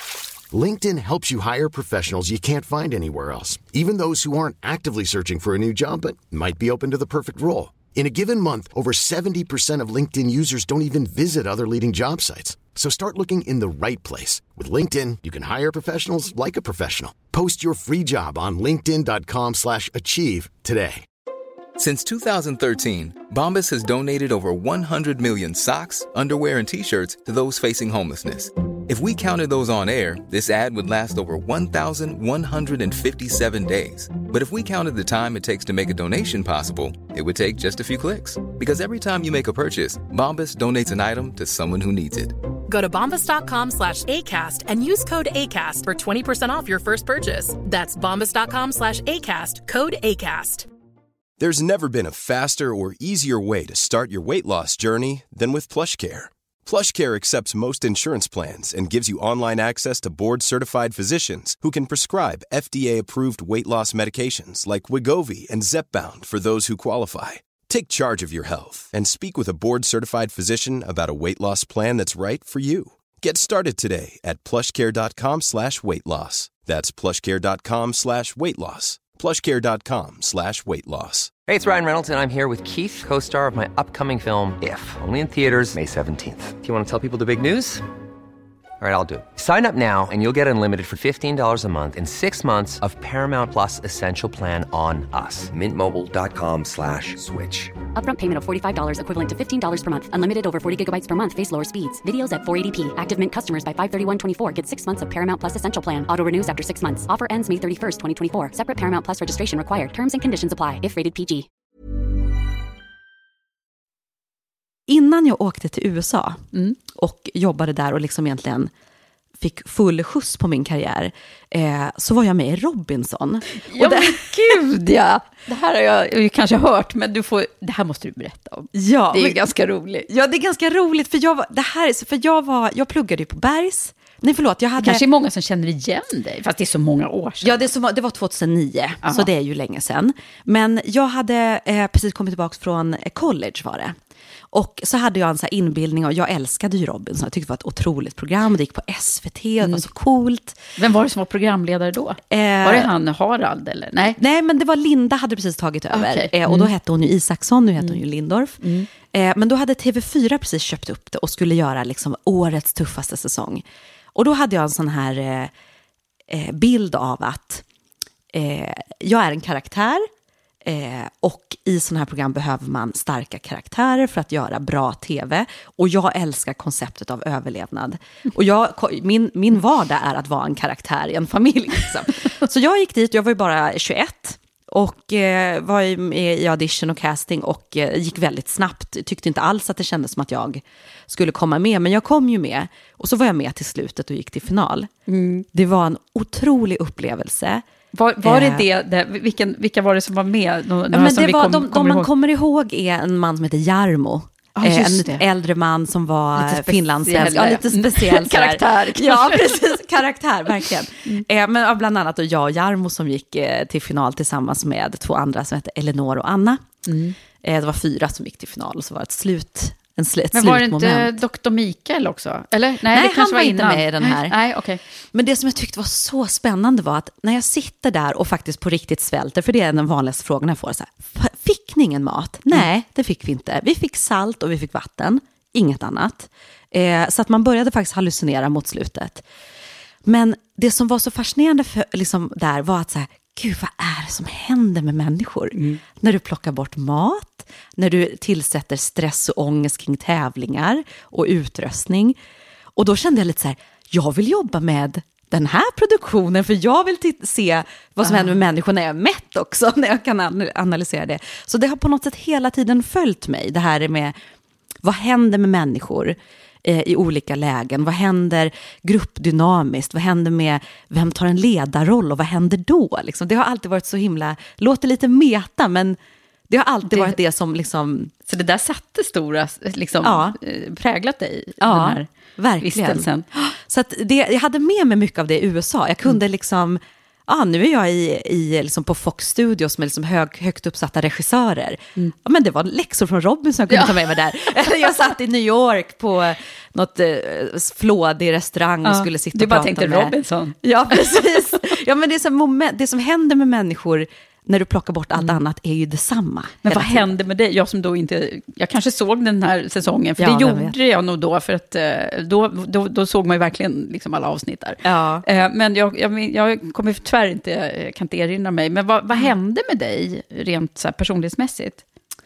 LinkedIn helps you hire professionals you can't find anywhere else, even those who aren't actively searching for a new job but might be open to the perfect role. In a given month, over seventy percent of LinkedIn users don't even visit other leading job sites. So start looking in the right place. With LinkedIn, you can hire professionals like a professional. Post your free job on linkedin dot com slash achieve today. Since two thousand thirteen, Bombas has donated over one hundred million socks, underwear, and T-shirts to those facing homelessness. If we counted those on air, this ad would last over one thousand one hundred fifty-seven days. But if we counted the time it takes to make a donation possible, it would take just a few clicks. Because every time you make a purchase, Bombas donates an item to someone who needs it. Go to bombas.com slash ACAST and use code ACAST for twenty percent off your first purchase. That's bombas.com slash ACAST, code ACAST. There's never been a faster or easier way to start your weight loss journey than with PlushCare. PlushCare accepts most insurance plans and gives you online access to board-certified physicians who can prescribe F D A-approved weight loss medications like Wegovy and Zepbound for those who qualify. Take charge of your health and speak with a board-certified physician about a weight loss plan that's right for you. Get started today at plushcare.com slash weight loss. That's plushcare.com slash weight loss. plushcare.com slash weight loss. Hey, it's Ryan Reynolds, and I'm here with Keith, co-star of my upcoming film, If, only in theaters May seventeenth. Do you want to tell people the big news? All right, I'll do it. Sign up now and you'll get unlimited for fifteen dollars a month and six months of Paramount Plus Essential Plan on us. Mint Mobile dot com slash switch. Upfront payment of forty-five dollars equivalent to fifteen dollars per month. Unlimited over forty gigabytes per month. Face lower speeds. Videos at four eighty p. Active Mint customers by five thirty-one twenty-four get six months of Paramount Plus Essential Plan. Auto renews after six months. Offer ends May thirty-first, twenty twenty-four. Separate Paramount Plus registration required. Terms and conditions apply if rated P G. Innan jag åkte till U S A mm. och jobbade där och liksom egentligen fick full skjuts på min karriär, eh, så var jag med i Robinson. Ja, och det... men gud ja! Det här har jag ju kanske hört, men du får, det här måste du berätta om. Ja, det är men, ju ganska roligt. Ja, det är ganska roligt, för jag, var, det här, för jag, var, jag pluggade ju på Bergs. Nej, förlåt, jag hade... Det kanske är många som känner igen dig, fast det är så många år sedan. Ja, det, som, det var tjugohundranio, Aha. så det är ju länge sedan. Men jag hade eh, precis kommit tillbaka från college var det. Och så hade jag en så här inbildning, och jag älskade ju Robinson. Jag tyckte det var ett otroligt program, och det gick på S V T, det var så coolt. Vem var det som var programledare då? Eh, var det han Harald eller? Nej, nej, men det var Linda hade precis tagit över. Okay. Eh, och då hette hon ju Isaksson, nu heter mm. hon ju Lindorff. Mm. Eh, men då hade T V fyra precis köpt upp det och skulle göra liksom årets tuffaste säsong. Och då hade jag en sån här eh, bild av att eh, jag är en karaktär, eh, och i såna här program behöver man starka karaktärer för att göra bra tv. Och jag älskar konceptet av överlevnad. Och jag, min, min vardag är att vara en karaktär i en familj. Liksom. Så jag gick dit, jag var ju bara tjugoett. Och eh, var med i audition och casting och eh, gick väldigt snabbt. Tyckte inte alls att det kändes som att jag skulle komma med. Men jag kom ju med. Och så var jag med till slutet och gick till final. Mm. Det var en otrolig upplevelse. Var, var det det? det vilken, vilka var det som var med? Några ja, men som det vi var, kom, de, kommer de man ihåg? kommer ihåg är en man som heter Jarmo. Ah, en äldre man som var finlandssvensk. Ja, lite speciell. Karaktär. Ja, precis. Karaktär, verkligen. Mm. Eh, men bland annat då jag och Jarmo som gick eh, till final tillsammans med två andra som hette Elinor och Anna. Mm. Eh, det var fyra som gick till final och så var det ett slut. En sl- ett men var det slutmoment. inte doktor Mikael också? Eller? Nej, Nej, det kanske han var var inte innan. med i den här. Nej, nej, okay. Men det som jag tyckte var så spännande var att när jag sitter där och faktiskt på riktigt svälter, för det är den vanligaste frågan jag får, så här, fick ni ingen mat? Mm. Nej, det fick vi inte. Vi fick salt och vi fick vatten, inget annat. Eh, så att man började faktiskt hallucinera mot slutet. Men det som var så fascinerande för, liksom, där var att så här, gud, vad är det som händer med människor? Mm. När du plockar bort mat, när du tillsätter stress och ångest kring tävlingar och utröstning. Och då kände jag lite så här, jag vill jobba med den här produktionen, för jag vill t- se vad som uh. händer med människor när jag är mätt också, när jag kan an- analysera det. Så det har på något sätt hela tiden följt mig, det här med vad händer med människor i olika lägen. Vad händer gruppdynamiskt? Vad händer med vem tar en ledarroll och vad händer då? Liksom, det har alltid varit så himla, låter lite meta, men det har alltid det, varit det som liksom... Så det där satte stora, liksom, ja. präglat dig, ja, den här verkligen. vistelsen. Så att det, jag hade med mig mycket av det i U S A. Jag kunde mm. liksom... Ah, nu är jag i, i, liksom på Fox Studios med liksom hög, högt uppsatta regissörer. Mm. Ja, men det var läxor från Robinson jag kunde ja. ta med mig där. Eller jag satt i New York på något eh, flådig restaurang och ja. skulle sitta och du bara prata tänkte med... Robinson. Ja, precis. Ja, men det, är så moment, det som händer med människor när du plockar bort allt mm. annat är ju detsamma. Men vad tiden. hände med dig? Jag som då inte... Jag kanske såg den här säsongen, för ja, det gjorde vet. jag nog då, för att då, då, då såg man ju verkligen liksom alla avsnitt där. Ja. Men jag, jag, jag kommer tyvärr inte, jag kan inte erinra mig, men vad, vad hände med dig rent så här personlighetsmässigt?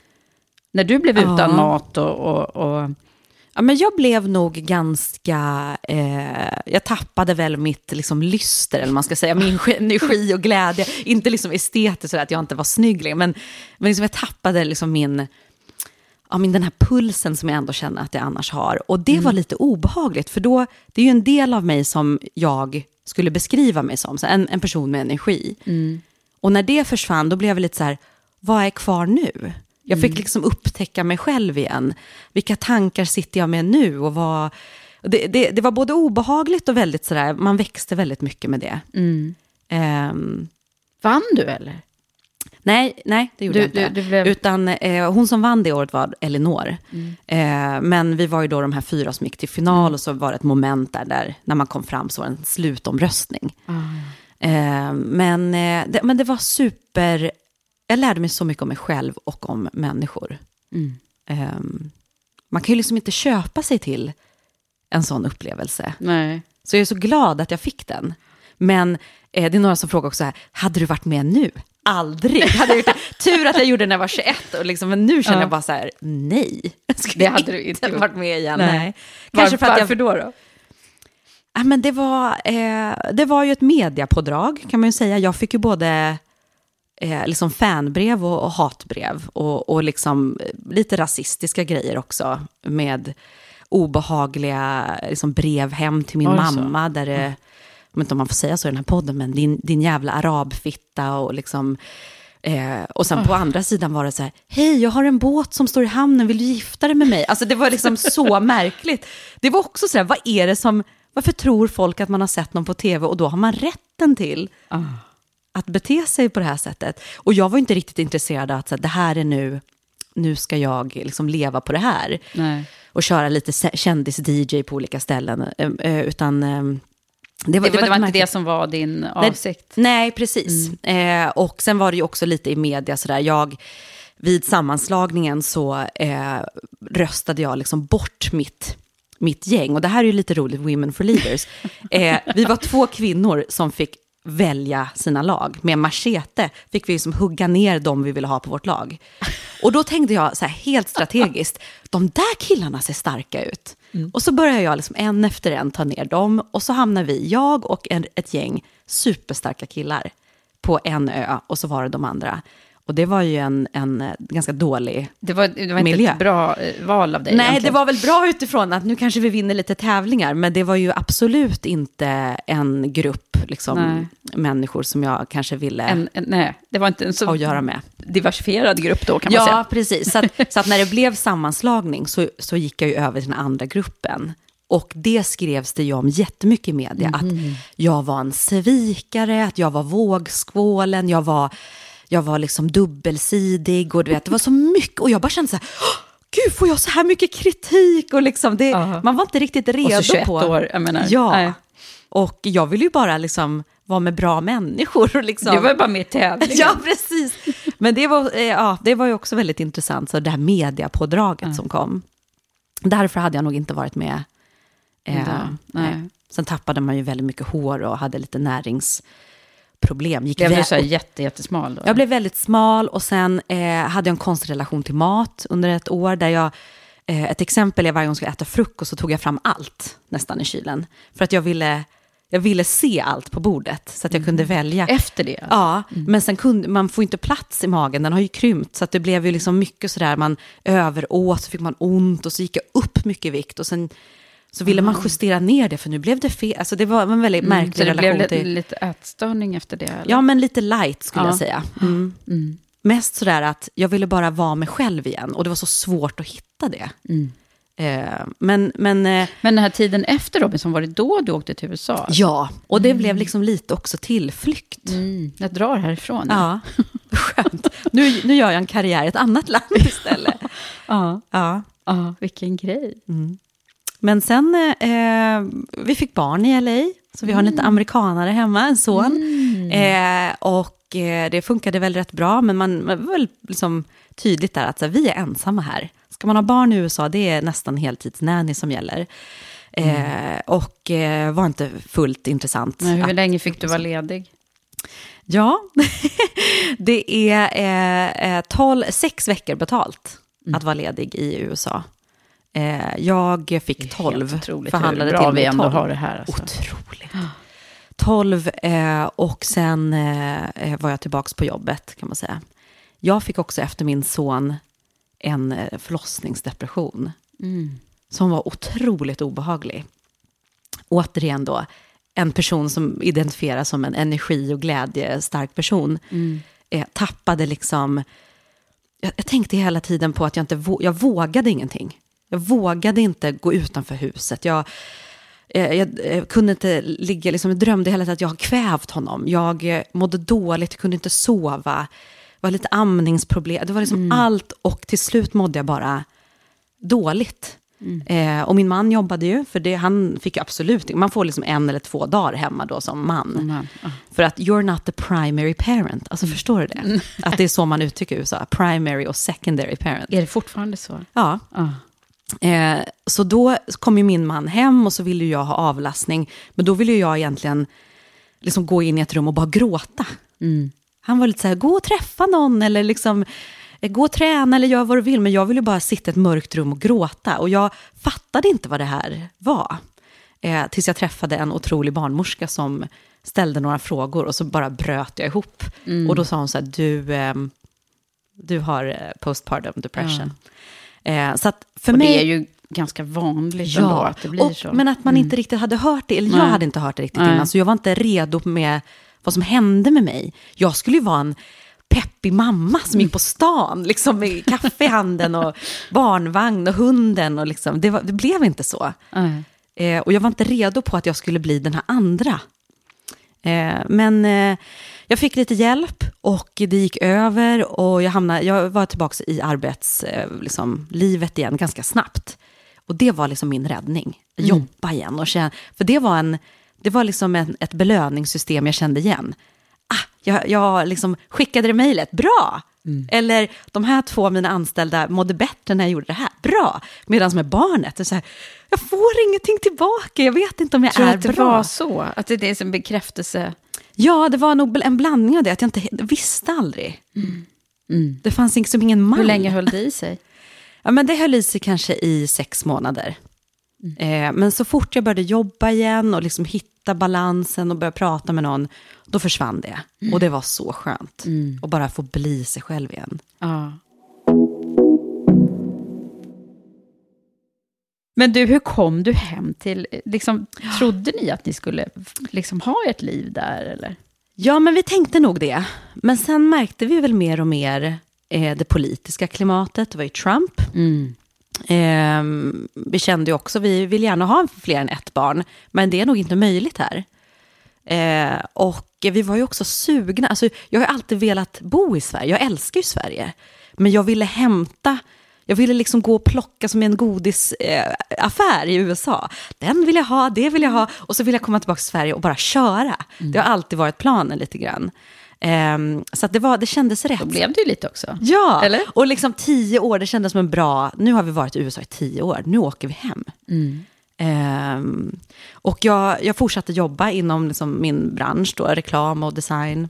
När du blev utan ja. mat och... och, och Ja, men jag blev nog ganska, eh, jag tappade väl mitt liksom lyster, eller man ska säga, min energi och glädje. Inte liksom estetiskt så att jag inte var snygg, men, men liksom jag tappade liksom min, ja, min, den här pulsen som jag ändå känner att jag annars har. Och det mm. var lite obehagligt, för då, det är ju en del av mig som jag skulle beskriva mig som, så en, en person med energi. Mm. Och när det försvann, då blev jag lite så här, vad är kvar nu? Jag fick liksom upptäcka mig själv igen. Vilka tankar sitter jag med nu? Och vad... det, det, det var både obehagligt och väldigt sådär... Man växte väldigt mycket med det. Mm. Um... Vann du eller? Nej, nej det gjorde du, jag inte. Du, du blev... Utan eh, hon som vann det året var Elinor. Mm. Eh, men vi var ju då de här fyra som gick till final. Mm. Och så var det ett moment där, där när man kom fram så var det en slutomröstning. Mm. Eh, men, eh, det, men det var super... Jag lärde mig så mycket om mig själv och om människor. Mm. Um, man kan ju liksom inte köpa sig till en sån upplevelse. Nej. Så jag är så glad att jag fick den. Men eh, det är några som frågar också här, hade du varit med nu? Aldrig. Hade jag gjort det. Tur att jag gjorde det när jag var tjugoett. Och liksom, men nu känner ja. jag bara så här, nej. Det hade du inte varit med igen. Nej. nej. Kanske Var, för att varför jag... då då? Ja, men det var, eh, det var ju ett mediapådrag kan man ju säga. Jag fick ju både... Eh, liksom fanbrev och, och hatbrev och, och liksom lite rasistiska grejer också med, obehagliga liksom, brev hem till min Oj, mamma. så. Där det, Mm. jag vet inte om man får säga så i den här podden, men din, din jävla arabfitta och liksom... Eh, och sen oh. på andra sidan var det så här, hej, jag har en båt som står i hamnen, vill du gifta dig med mig? Alltså det var liksom så märkligt. Det var också så här, vad är det som, varför tror folk att man har sett någon på tv och då har man rätten till oh. att bete sig på det här sättet? Och jag var inte riktigt intresserad av att så här, det här är nu, nu ska jag liksom leva på det här. Nej. Och köra lite kändis-D J på olika ställen, eh, utan... Eh, Det var, det, det var, var, det var inte det som var din avsikt. Nej, nej precis. Mm. Eh, och sen var det ju också lite i media sådär. Jag, vid sammanslagningen så eh, röstade jag liksom bort mitt, mitt gäng. Och det här är ju lite roligt, Women for Leaders. Eh, vi var två kvinnor som fick välja sina lag. Med machete fick vi liksom hugga ner dem vi ville ha på vårt lag. Och då tänkte jag så här, helt strategiskt, de där killarna ser starka ut. Mm. Och så börjar jag liksom en efter en ta ner dem. Och så hamnar vi, jag och en, ett gäng superstarka killar på en ö. Och så var det de andra. Och det var ju en, en ganska dålig Det var, det var inte miljö. Ett bra val av dig. Nej, egentligen. det var väl bra utifrån att nu kanske vi vinner lite tävlingar. Men det var ju absolut inte en grupp liksom, människor som jag kanske ville en, en, nej, det var inte en så att göra med. Diversifierad grupp då kan man ja, säga. Ja, precis. Så att, så att när det blev sammanslagning så, så gick jag ju över till den andra gruppen. Och det skrevs det ju om jättemycket i media. Mm. Att jag var en svikare, att jag var vågskålen, jag var... Jag var liksom dubbelsidig och du vet, det var så mycket. Och jag bara kände så här, gud, får jag så här mycket kritik? Och liksom det, uh-huh. man var inte riktigt redo och så tjugoett på. år, jag menar. Ja, nej. Och jag ville ju bara liksom vara med bra människor. Och liksom. Det var ju bara med tävling. Ja, precis. Men det var, ja, det var ju också väldigt intressant, så det här mediapådraget uh-huh. som kom. Därför hade jag nog inte varit med. Eh, nej. Nej. Sen tappade man ju väldigt mycket hår och hade lite närings... problem. Gick blev vä- du så här jätte, jättesmal då? Jag blev väldigt smal och sen eh, hade jag en konstig relation till mat under ett år där jag, eh, ett exempel är varje gång jag skulle äta frukost så tog jag fram allt nästan i kylen. För att jag ville, jag ville se allt på bordet så att jag mm. kunde välja. Efter det? Alltså. Ja, mm. men sen kunde, man får inte plats i magen, den har ju krympt så att det blev ju liksom mycket sådär, man överåt så fick man ont och så gick jag upp mycket i vikt och sen så ville man justera ner det, för nu blev det fel. Alltså det var en väldigt märklig mm, så det relation. blev lite, lite ätstörning efter det? Eller? Ja, men lite light skulle ja. jag säga. Mm. Mm. Mest sådär att jag ville bara vara mig själv igen. Och det var så svårt att hitta det. Mm. Eh, men, men, eh, men den här tiden efter Robinson, var det då du åkte till U S A? Ja, och det mm. blev liksom lite också tillflykt. Mm. Jag drar härifrån. Ja, skönt. Nu, nu gör jag en karriär i ett annat land istället. ja. Ja. ja, vilken grej. Mm. Men sen, eh, vi fick barn i L A, så vi har en lite amerikanare hemma, en son. Mm. Eh, och eh, det funkade väl rätt bra, men man, man var väl liksom tydligt där att så här, vi är ensamma här. Ska man ha barn i U S A, det är nästan heltidsnanny som gäller. Eh, mm. Och eh, var inte fullt intressant. Men hur att, länge fick du vara ledig? Ja, det är eh, tolv, sex veckor betalt mm. att vara ledig i U S A. Jag fick tolv, förhandlade bra till vi ändå tolv. Har det här. Alltså. Otroligt. tolv och sen var jag tillbaka på jobbet kan man säga. Jag fick också efter min son en förlossningsdepression mm. som var otroligt obehaglig. Återigen då, en person som identifieras som en energi- och glädjestark person mm. tappade liksom... Jag, jag tänkte hela tiden på att jag inte vå- jag vågade ingenting. Jag vågade inte gå utanför huset. Jag, jag, jag, jag kunde inte ligga, liksom, jag drömde hela tiden att jag har kvävt honom. Jag mådde dåligt, jag kunde inte sova. Det var lite amningsproblem. Det var liksom mm. allt, och till slut mådde jag bara dåligt. Mm. Eh, och min man jobbade ju, för det, han fick ju absolut, man får liksom en eller två dagar hemma då som man. Mm. Ah. För att you're not the primary parent. Alltså mm. förstår du det? Mm. Att det är så man uttrycker i U S A. Primary och secondary parent. Är det fortfarande så? Ja. Ah. Eh, så då kom ju min man hem och så ville jag ha avlastning. Men då ville jag egentligen liksom gå in i ett rum och bara gråta. Mm. Han var lite så här, gå och träffa någon eller liksom gå och träna eller gör vad du vill. Men jag ville bara sitta i ett mörkt rum och gråta. Och jag fattade inte vad det här var. Eh, tills jag träffade en otrolig barnmorska som ställde några frågor och så bara bröt jag ihop. Mm. Och då sa hon så här, du, eh, du har postpartum depression. Ja. Eh, så att för och mig... det är ju ganska vanligt ja. ändå att det blir och, så. Men att man mm. inte riktigt hade hört det, eller jag Nej. hade inte hört det riktigt Nej. innan, så jag var inte redo med vad som hände med mig. Jag skulle ju vara en peppig mamma som gick på stan liksom med kaffe i handen och barnvagn och hunden och liksom, det, var, det blev inte så. Mm. Eh, och jag var inte redo på att jag skulle bli den här andra. Eh, men eh, jag fick lite hjälp och det gick över och jag hamnade, jag var tillbaka i arbetslivet liksom, livet igen ganska snabbt. Och det var liksom min räddning. Mm. Jobba igen och känna, för det var en det var liksom en, ett belöningssystem jag kände igen. Ah, jag, jag liksom skickade det mejlet, bra! Mm. Eller de här två mina anställda mådde bättre när jag gjorde det här, bra! Medan med barnet, så här, jag får ingenting tillbaka, jag vet inte om jag Tror är att det bra. var så? Att det är en bekräftelse? Ja, det var nog en blandning av det, att jag inte visste aldrig. Mm. Mm. Det fanns liksom ingen mall. Hur länge höll det i sig? Ja, men det höll i sig kanske i sex månader. Mm. Eh, men så fort jag började jobba igen och liksom hitta balansen och börja prata med någon, då försvann det. Mm. Och det var så skönt. Mm. Och bara få bli sig själv igen. Ja. Men du, hur kom du hem till, liksom, trodde ni att ni skulle liksom ha ett liv där, eller? Ja, men vi tänkte nog det. Men sen märkte vi väl mer och mer eh, det politiska klimatet. Det var ju Trump. Mm. Eh, vi kände ju också, vi vill gärna ha fler än ett barn, men det är nog inte möjligt här. Eh, och vi var ju också sugna. Alltså, jag har alltid velat bo i Sverige. Jag älskar ju Sverige. Men jag ville hämta... Jag ville liksom gå och plocka som en godisaffär eh, i U S A. Den vill jag ha, det vill jag ha. Och så vill jag komma tillbaka till Sverige och bara köra. Mm. Det har alltid varit planen lite grann. Um, så att det, var, det kändes rätt. Då blev det ju lite också. Ja, eller? Och liksom tio år, det kändes som en bra... Nu har vi varit i U S A i tio år, nu åker vi hem. Mm. Um, och jag, jag fortsatte jobba inom liksom min bransch, då, reklam och design.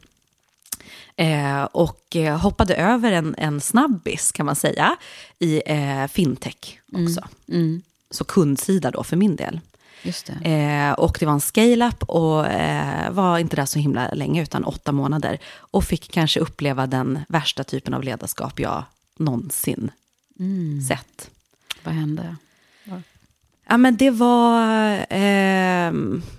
Eh, och eh, hoppade över en, en snabbis kan man säga i eh, fintech också. Mm. Mm. Så kundsida då för min del. Just det. Eh, och det var en scale-up och eh, var inte där så himla länge utan åtta månader. Och fick kanske uppleva den värsta typen av ledarskap jag någonsin mm. sett. Vad hände? Ja, ja men det var, eh,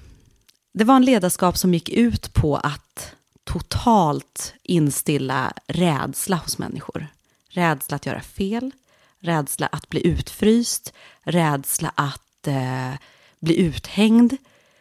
det var en ledarskap som gick ut på att totalt instilla rädsla hos människor. Rädsla att göra fel, rädsla att bli utfryst, rädsla att eh, bli uthängd.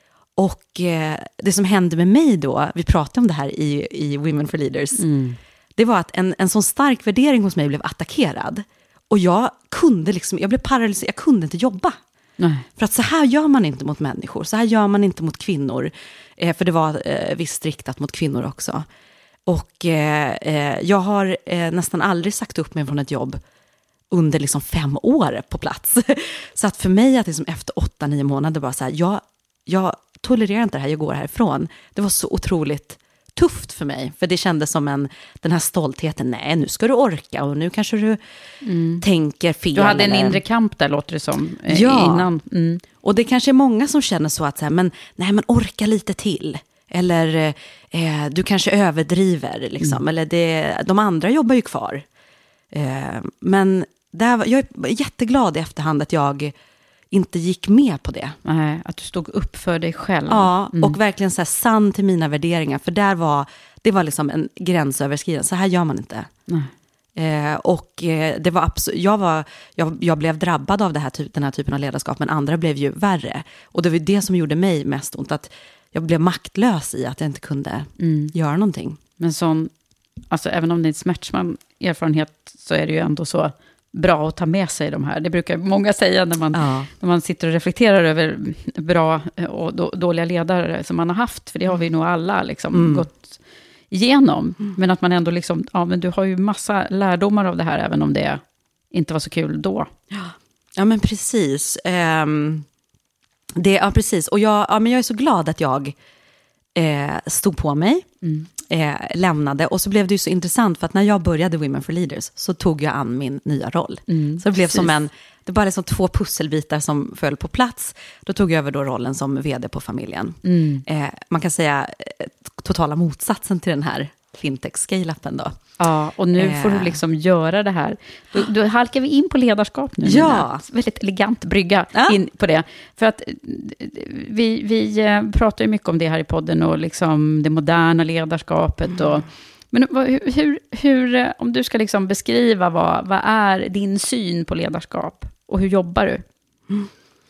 Och eh, det som hände med mig då, vi pratade om det här i, i Women for Leaders, mm. det var att en, en sån stark värdering hos mig blev attackerad. Och jag kunde liksom, jag blev paralyserad, jag kunde inte jobba. Nej. För att så här gör man inte mot människor, så här gör man inte mot kvinnor. Eh, för det var eh, visst riktat mot kvinnor också. Och eh, eh, jag har eh, nästan aldrig sagt upp mig från ett jobb under liksom fem år på plats. Så att för mig att liksom efter åtta, nio månader bara så här, jag, jag tolererar inte det här, jag går härifrån. Det var så otroligt tufft för mig. För det kändes som en, den här stoltheten, nej nu ska du orka och nu kanske du mm. tänker fel. Du hade en eller... inre kamp där, låter det som, eh, ja. innan. Mm. Och det kanske är många som känner så att så här, men, nej, men orka lite till. Eller eh, du kanske överdriver. Liksom. Mm. Eller det, de andra jobbar ju kvar. Eh, men där, jag är jätteglad i efterhand att jag inte gick med på det. Nej, att du stod upp för dig själv. Ja, mm. och verkligen så här sann till mina värderingar. För där var, det var liksom en gränsöverskridande. Så här gör man inte. Nej. Eh, och eh, det var abs- jag, var, jag, jag blev drabbad av det här ty- den här typen av ledarskap, men andra blev ju värre. Och det var det som gjorde mig mest ont, att jag blev maktlös i att jag inte kunde mm. göra någonting. Men sån, alltså även om det är en smärtsam erfarenhet, så är det ju ändå så bra att ta med sig de här. Det brukar många säga när man, ja. när man sitter och reflekterar över bra och då, dåliga ledare som man har haft, för det har vi nog alla liksom mm. gått igenom. Mm. Men att man ändå liksom, ja men du har ju massa lärdomar av det här, även om det inte var så kul då. Ja, ja men precis. Um, det, ja, precis. Och jag, ja, men jag är så glad att jag eh, stod på mig, mm. eh, lämnade. Och så blev det ju så intressant, för att när jag började Women for Leaders så tog jag an min nya roll. Mm, så det blev precis. som en, det bara liksom två pusselbitar som föll på plats. Då tog jag över då rollen som vd på familjen. Mm. Eh, man kan säga eh, totala motsatsen till den här fintech-scale-upen då. Ja, och nu får du liksom göra det här. Då, då halkar vi in på ledarskap nu. Ja. Väldigt elegant brygga ja. in på det. För att vi, vi pratar ju mycket om det här i podden och liksom det moderna ledarskapet. Och, men hur, hur, hur, om du ska liksom beskriva vad, vad är din syn på ledarskap och hur jobbar du? Mm.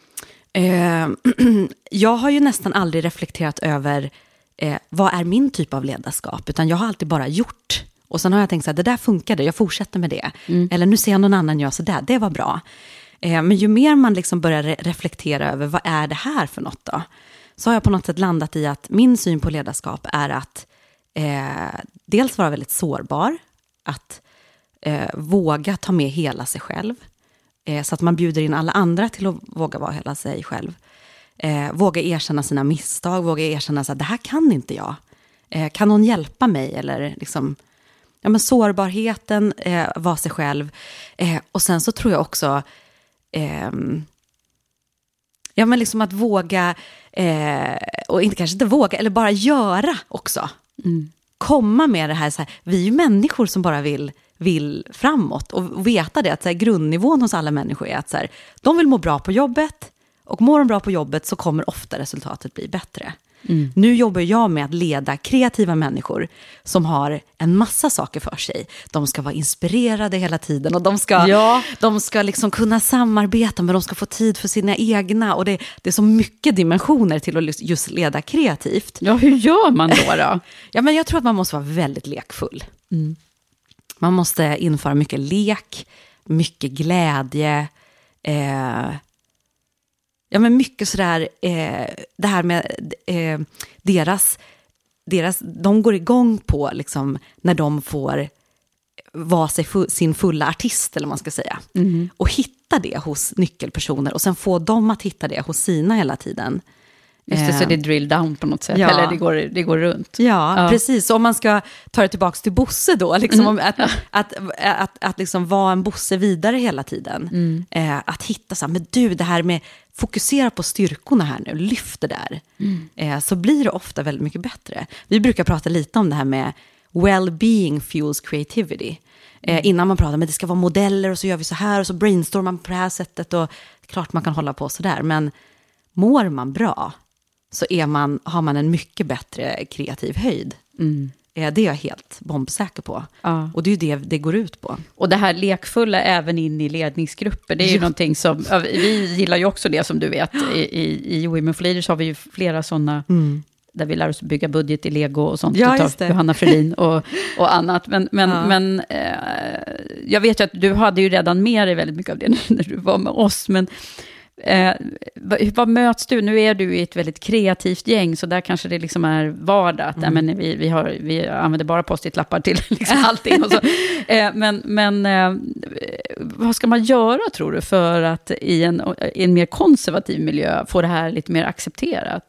Eh, jag har ju nästan aldrig reflekterat över eh, vad är min typ av ledarskap, utan jag har alltid bara gjort. Och sen har jag tänkt så här, det där funkade, jag fortsätter med det. Mm. Eller nu ser jag någon annan göra så där, det var bra. Eh, men ju mer man liksom börjar re- reflektera över vad är det här för något då, så har jag på något sätt landat i att min syn på ledarskap är att eh, dels vara väldigt sårbar, att eh, våga ta med hela sig själv. Eh, så att man bjuder in alla andra till att våga vara hela sig själv. Eh, våga erkänna sina misstag, våga erkänna att det här kan inte jag. Eh, kan någon hjälpa mig? Eller liksom, ja, men sårbarheten, eh, vara sig själv. Eh, och sen så tror jag också, eh, ja men liksom att våga, eh, och inte kanske inte våga, eller bara göra också. Mm. Komma med det här, så här, vi är ju människor som bara vill vill framåt och veta det att så här, grundnivån hos alla människor är att så här, de vill må bra på jobbet, och mår de bra på jobbet så kommer ofta resultatet bli bättre. Mm. Nu jobbar jag med att leda kreativa människor som har en massa saker för sig. De ska vara inspirerade hela tiden och de ska, ja. de ska liksom kunna samarbeta, men de ska få tid för sina egna, och det, det är så mycket dimensioner till att just leda kreativt. Ja, hur gör man då då? Ja, men jag tror att man måste vara väldigt lekfull. Mm. Man måste införa mycket lek, mycket glädje, eh, ja men mycket sådär, eh, det här med eh, deras, deras, de går igång på liksom när de får vara sig fu- sin fulla artist, eller man ska säga. Mm. Och hitta det hos nyckelpersoner, och sen få dem att hitta det hos sina hela tiden. Just det, så det är drill down på något sätt, ja. Eller det går, det går runt. Ja, ja, precis. Så om man ska ta det tillbaka till Bosse då, liksom, mm. att, att, att, att, att, att liksom vara en Bosse vidare hela tiden. Mm. Eh, att hitta så här, men du, det här med fokusera på styrkorna här nu, lyft det där. Mm. Eh, så blir det ofta väldigt mycket bättre. Vi brukar prata lite om det här med well-being fuels creativity. Eh, mm. Innan man pratar med det ska vara modeller, och så gör vi så här, och så brainstormar man på det här sättet, och klart man kan hålla på så där, men mår man bra så är man, har man en mycket bättre kreativ höjd. Mm. Det är jag helt bombsäker på. Ja. Och det är ju det det går ut på. Och det här lekfulla även in i ledningsgrupper, det är ju ja. någonting som, vi gillar ju också det som du vet. I, i, i Women for Leaders har vi ju flera sådana, mm. där vi lär oss bygga budget i Lego och sånt. Ja, just det. Johanna Fredin och, och annat. Men, men, ja. men eh, jag vet ju att du hade ju redan med dig väldigt mycket av det när du var med oss, men Eh, vad, vad möts du? Nu är du i ett väldigt kreativt gäng, så där kanske det liksom är vardag. Mm. Äh, men vi, vi, har, vi använder bara post-it-lappar till liksom allting. Och så. Eh, men men eh, vad ska man göra, tror du, för att i en, i en mer konservativ miljö få det här lite mer accepterat?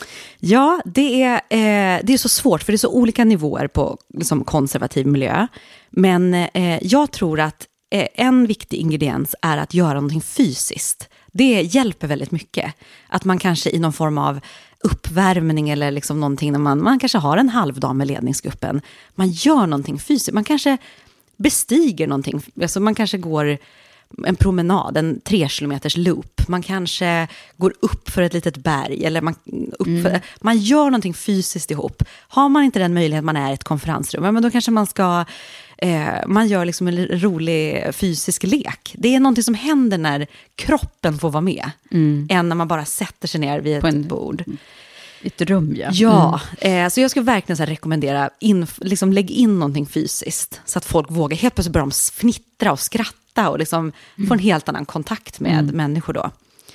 Ja, det är, eh, det är så svårt, för det är så olika nivåer på liksom, konservativ miljö. Men eh, jag tror att eh, en viktig ingrediens är att göra någonting fysiskt. Det hjälper väldigt mycket. Att man kanske i någon form av uppvärmning eller liksom någonting, när man, man kanske har en halvdag med ledningsgruppen, man gör någonting fysiskt. Man kanske bestiger någonting. Alltså man kanske går en promenad, en tre kilometers loop. Man kanske går upp för ett litet berg. Eller man, upp mm. för, man gör någonting fysiskt ihop. Har man inte den möjligheten, man är i ett konferensrum, men då kanske man ska... Eh, man gör liksom en rolig fysisk lek. Det är någonting som händer när kroppen får vara med. Mm. Än när man bara sätter sig ner vid ett en, bord. Ett rum, ja. Ja, mm. eh, så jag skulle verkligen så här rekommendera, in, liksom lägg in någonting fysiskt. Så att folk vågar, helt plötsligt börjar de fnittra och skratta. Och liksom mm. få en helt annan kontakt med mm. människor då.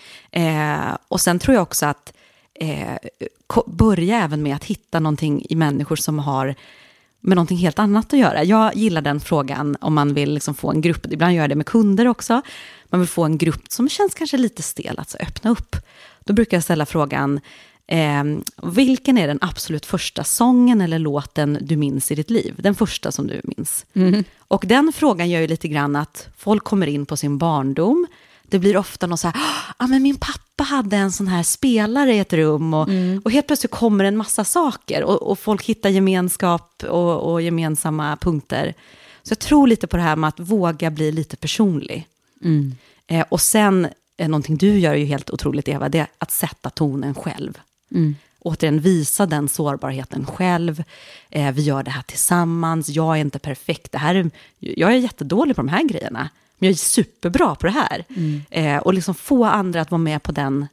Eh, och sen tror jag också att eh, börja även med att hitta någonting i människor som har med någonting helt annat att göra. Jag gillar den frågan om man vill liksom få en grupp, ibland gör jag det med kunder också, man vill få en grupp som känns kanske lite stel, alltså öppna upp. Då brukar jag ställa frågan, eh, vilken är den absolut första sången eller låten du minns i ditt liv? Den första som du minns. Mm. Och den frågan gör ju lite grann att folk kommer in på sin barndom, Det blir ofta något så här, ah, men min pappa hade en sån här spelare i ett rum och, mm. och helt plötsligt kommer en massa saker och, och folk hittar gemenskap och, och gemensamma punkter. Så jag tror lite på det här med att våga bli lite personlig. Mm. Eh, och sen, eh, någonting du gör ju helt otroligt, Eva, det är att sätta tonen själv. Mm. Återigen visa den sårbarheten själv. Eh, vi gör det här tillsammans. Jag är inte perfekt. Det här är, jag är jättedålig på de här grejerna. Men jag är superbra på det här. Mm. Eh, och liksom få andra att vara med på den,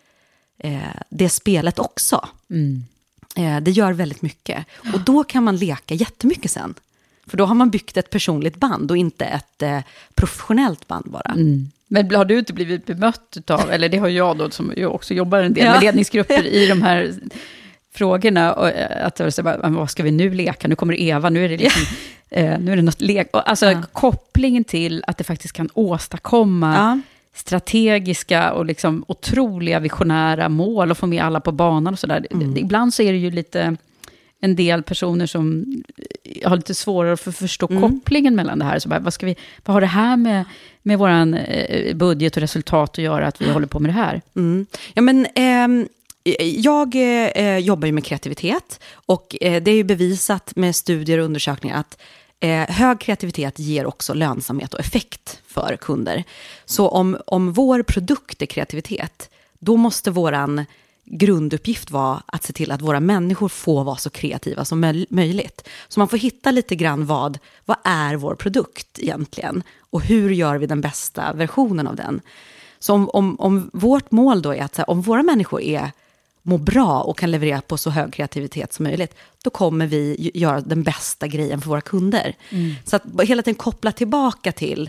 eh, det spelet också. Mm. Eh, det gör väldigt mycket. Och då kan man leka jättemycket sen. För då har man byggt ett personligt band och inte ett eh, professionellt band bara. Mm. Men har du inte blivit bemött av, eller det har jag då som jag också jobbar en del med ledningsgrupper i de här frågorna. Och att jag säger, vad ska vi nu leka? Nu kommer Eva, nu är det liksom, eh, nu är det något lek. Alltså ja. Kopplingen till att det faktiskt kan åstadkomma ja. strategiska och liksom otroliga visionära mål och få med alla på banan och sådär. Mm. Ibland så är det ju lite en del personer som har lite svårare att förstå mm. kopplingen mellan det här. Så bara, vad, ska vi, vad har det här med, med våran budget och resultat att göra att vi håller på med det här? Mm. Ja, men eh, jag eh, jobbar ju med kreativitet och eh, det är ju bevisat med studier och undersökningar att eh, hög kreativitet ger också lönsamhet och effekt för kunder. Så om, om vår produkt är kreativitet, då måste våran grunduppgift var att se till att våra människor får vara så kreativa som möj- möjligt. Så man får hitta lite grann vad, vad är vår produkt egentligen? Och hur gör vi den bästa versionen av den? Så om, om, om vårt mål då är att så här, om våra människor är, mår bra och kan leverera på så hög kreativitet som möjligt, då kommer vi göra den bästa grejen för våra kunder. Mm. Så att hela tiden koppla tillbaka till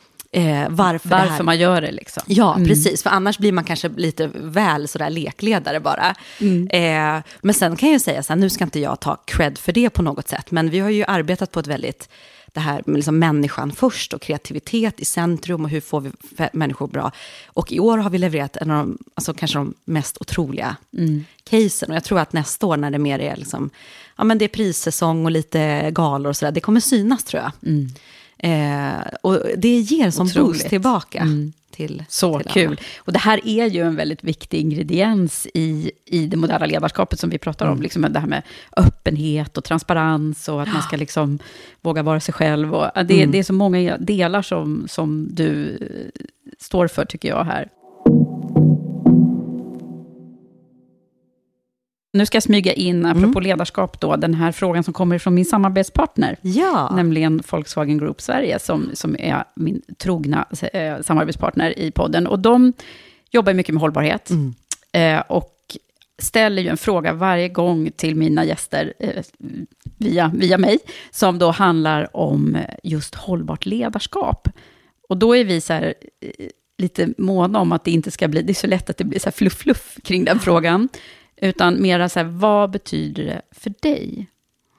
Eh, varför varför det här... man gör det liksom. Ja, mm. precis. För annars blir man kanske lite väl sådär lekledare bara. Mm. Eh, men sen kan jag ju säga så här, nu ska inte jag ta cred för det på något sätt. Men vi har ju arbetat på ett väldigt, det här med liksom människan först och kreativitet i centrum och hur får vi människor bra. Och i år har vi levererat en av de, alltså kanske de mest otroliga mm. casen. Och jag tror att nästa år när det mer är liksom, ja men det är prissäsong och lite galor och sådär, det kommer synas tror jag. Mm. Eh, och det ger som otroligt boost tillbaka mm. till, så till kul. Och det här är ju en väldigt viktig ingrediens i, i det moderna ledarskapet som vi pratar mm. om, liksom det här med öppenhet och transparens och att ja. man ska liksom våga vara sig själv och det, mm. det är så många delar som, som du står för tycker jag här. Nu ska jag smyga in, apropå mm. ledarskap då, den här frågan som kommer från min samarbetspartner. Ja. Nämligen Volkswagen Group Sverige, som, som är min trogna eh, samarbetspartner i podden. Och de jobbar mycket med hållbarhet. Mm. Eh, och ställer ju en fråga varje gång till mina gäster eh, via, via mig, som då handlar om just hållbart ledarskap. Och då är vi så här... Eh, lite måna om att det inte ska bli, det är så lätt att det blir så här fluff-fluff kring den frågan. Utan mera så här, vad betyder det för dig?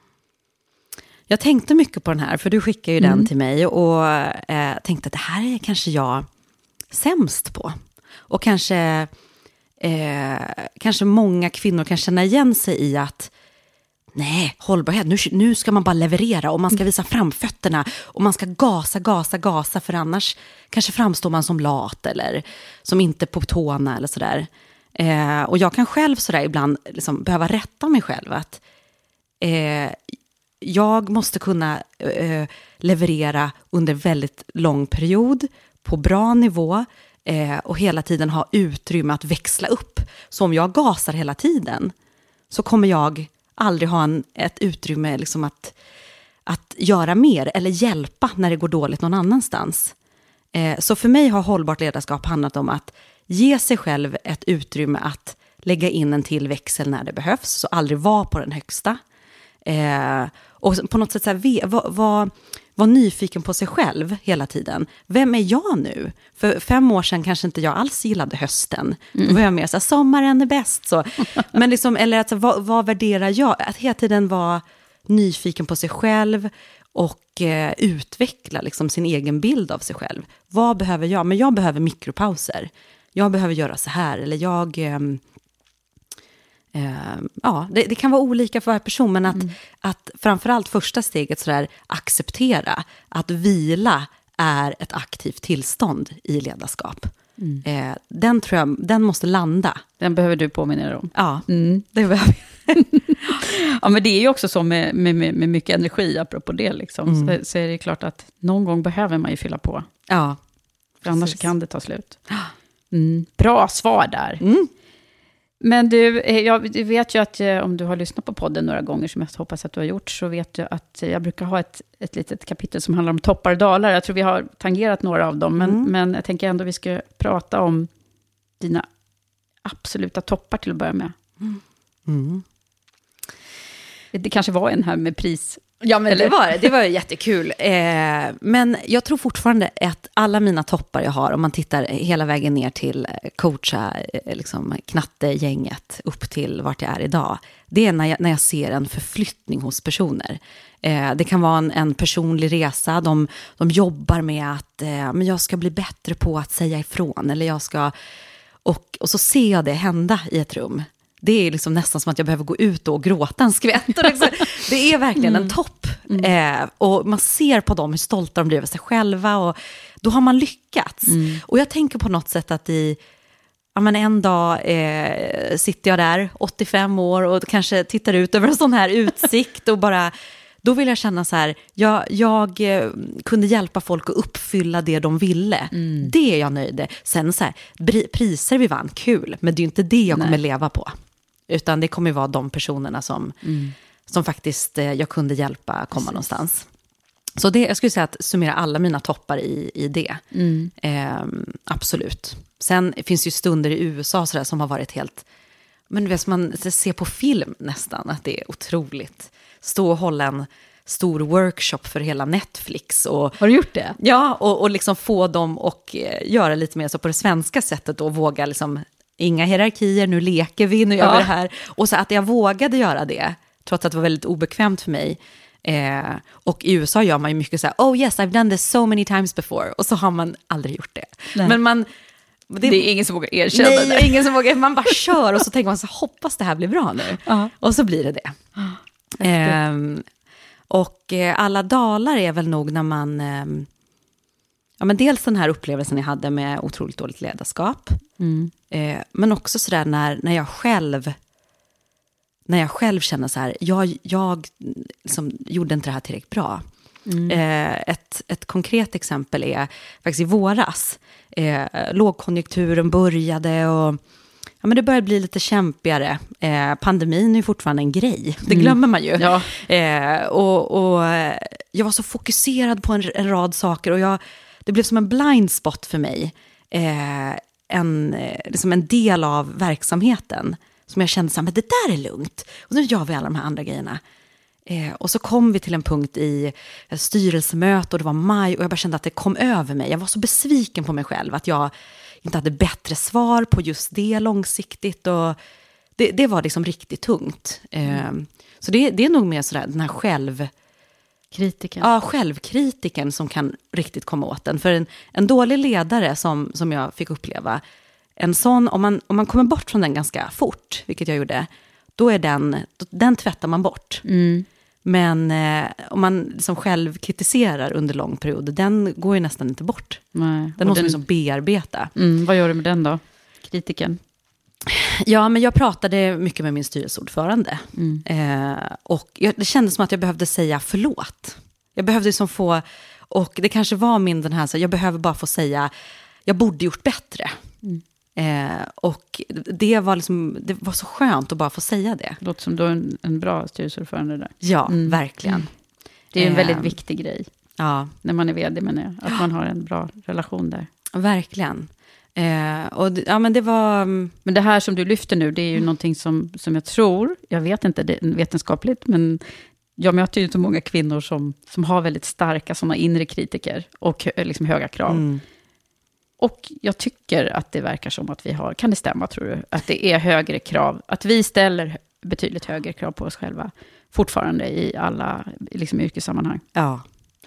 Jag tänkte mycket på den här, för du skickade ju mm. den till mig och eh, tänkte att det här är kanske jag sämst på. Och kanske, eh, kanske många kvinnor kan känna igen sig i att nej, hållbarhet, nu, nu ska man bara leverera och man ska visa framfötterna och man ska gasa, gasa, gasa för annars kanske framstår man som lat eller som inte på tårna eller sådär. Eh, och jag kan själv sådär ibland liksom behöva rätta mig själv att eh, jag måste kunna eh, leverera under väldigt lång period på bra nivå eh, och hela tiden ha utrymme att växla upp. Så om jag gasar hela tiden så kommer jag aldrig ha en, ett utrymme liksom att, att göra mer eller hjälpa när det går dåligt någon annanstans. Eh, så för mig har hållbart ledarskap handlat om att ge sig själv ett utrymme att lägga in en till växel när det behövs. Så aldrig vara på den högsta. Eh, och på något sätt så här, var, var, var nyfiken på sig själv hela tiden. Vem är jag nu? För fem år sedan kanske inte jag alls gillade hösten. Mm. Då var jag mer så här, sommaren är bäst. Så. Men liksom, eller att, vad, vad värderar jag? Att hela tiden vara nyfiken på sig själv och eh, utveckla liksom sin egen bild av sig själv. Vad behöver jag? Men jag behöver mikropauser. Jag behöver göra så här. Eller jag... Eh, eh, ja, det, det kan vara olika för varje person. Men att, mm. att framförallt första steget så där, acceptera att vila är ett aktivt tillstånd i ledarskap. Mm. Eh, den tror jag, den måste landa. Den behöver du påminna dig om. Ja, mm. det behöver jag. Ja, men det är ju också så med, med, med mycket energi, apropå det liksom. Mm. Så, så är det klart att någon gång behöver man ju fylla på. Ja. För annars kan det ta slut. Mm. Bra svar där. Mm. Men du, jag vet ju att om du har lyssnat på podden några gånger, som jag hoppas att du har gjort, så vet du att jag brukar ha ett, ett litet kapitel som handlar om toppar och dalar. Jag tror vi har tangerat några av dem, men, Mm. men jag tänker ändå vi ska prata om dina absoluta toppar till att börja med. Mm. Mm. Det kanske var en här med pris. Ja, men det var, det var jättekul. Eh, men jag tror fortfarande att alla mina toppar jag har, om man tittar hela vägen ner till coacha, eh, liksom knattegänget upp till vart jag är idag, det är när jag, när jag ser en förflyttning hos personer. Eh, det kan vara en, en personlig resa, de, de jobbar med att eh, men jag ska bli bättre på att säga ifrån, eller jag ska, och, och så ser jag det hända i ett rum. Det är liksom nästan som att jag behöver gå ut och gråta en skvätt. Liksom. Det är verkligen mm. en topp. Mm. Eh, och man ser på dem hur stolta de blir över sig själva. Och då har man lyckats. Mm. Och jag tänker på något sätt att i ja, men en dag eh, sitter jag där, åttiofem år, och kanske tittar ut över en sån här utsikt. Och bara, då vill jag känna så här, jag, jag eh, kunde hjälpa folk att uppfylla det de ville. Mm. Det är jag nöjd. Sen så här, priser vi vann, kul. Men det är ju inte det jag Nej. kommer leva på. Utan det kommer ju vara de personerna som, mm. som faktiskt eh, jag kunde hjälpa komma Precis. någonstans. Så det, jag skulle säga att summera alla mina toppar i, i det. Mm. Eh, absolut. Sen finns det ju stunder i U S A så där, som har varit helt... Men du vet, man ser på film nästan att det är otroligt. Stå och hålla en stor workshop för hela Netflix. Och, har du gjort det? Ja, och, och liksom få dem att eh, göra lite mer så på det svenska sättet och våga liksom... Inga hierarkier, nu leker vi, nu gör ja. vi det här. Och så att jag vågade göra det, trots att det var väldigt obekvämt för mig. Eh, och i U S A gör man ju mycket så här, oh yes, I've done this so many times before. Och så har man aldrig gjort det. Nej. Men man... Det, det är ingen som vågar erkänna nej, det. Nej, ingen som vågar. Man bara kör och så tänker man så hoppas det här blir bra nu. Uh-huh. Och så blir det det. Uh-huh. Eh, och eh, alla dalar är väl nog när man... Eh, ja, men dels den här upplevelsen jag hade med otroligt dåligt ledarskap. Mm. Eh, men också sådär när, när jag själv när jag själv känner så här, jag, jag liksom gjorde inte det här tillräckligt bra. Mm. Eh, ett, ett konkret exempel är faktiskt i våras. Eh, lågkonjunkturen började och ja, men det började bli lite kämpigare. Eh, pandemin är ju fortfarande en grej. Det glömmer man ju. Mm. Ja. Eh, och, och jag var så fokuserad på en, en rad saker och jag, det blev som en blind spot för mig. Eh, en, liksom en del av verksamheten som jag kände så här, men det där är lugnt. Och nu gör vi alla de här andra grejerna. Eh, och så kom vi till en punkt i ett styrelsemöte och det var maj och jag bara kände att det kom över mig. Jag var så besviken på mig själv att jag inte hade bättre svar på just det långsiktigt. Och det, det var liksom riktigt tungt. Eh, mm. Så det, det är nog mer sådär, den här själv... Kritiken. Ja, självkritiken som kan riktigt komma åt den. För en, en dålig ledare som, som jag fick uppleva, en sån, om man, om man kommer bort från den ganska fort, vilket jag gjorde, då är den, den tvättar man bort. Mm. Men eh, om man liksom själv kritiserar under lång period, den går ju nästan inte bort. Nej. Den måste man liksom bearbeta. Mm, vad gör du med den då? Kritiken? Ja, men jag pratade mycket med min styrelseordförande. Mm. Eh, och jag, det kändes som att jag behövde säga förlåt. Jag behövde liksom få, och det kanske var min den här, så jag behöver bara få säga, jag borde gjort bättre. Mm. Eh, och det var, liksom, det var så skönt att bara få säga det. Det låter som du är en, en bra styrelseordförande där. Ja, mm. verkligen. Mm. Det är en eh, väldigt viktig grej. Ja. När man är vd, men är, att man har en bra relation där. Verkligen. Eh, och ja, men det var... Men det här som du lyfter nu, det är ju mm. någonting som, som jag tror, jag vet inte det är vetenskapligt, men jag möter ju så många kvinnor som, som har väldigt starka sådana inre kritiker och liksom höga krav. Mm. Och jag tycker att det verkar som att vi har, kan det stämma tror du, att det är högre krav, att vi ställer betydligt högre krav på oss själva fortfarande i alla liksom, yrkessammanhang. Ja,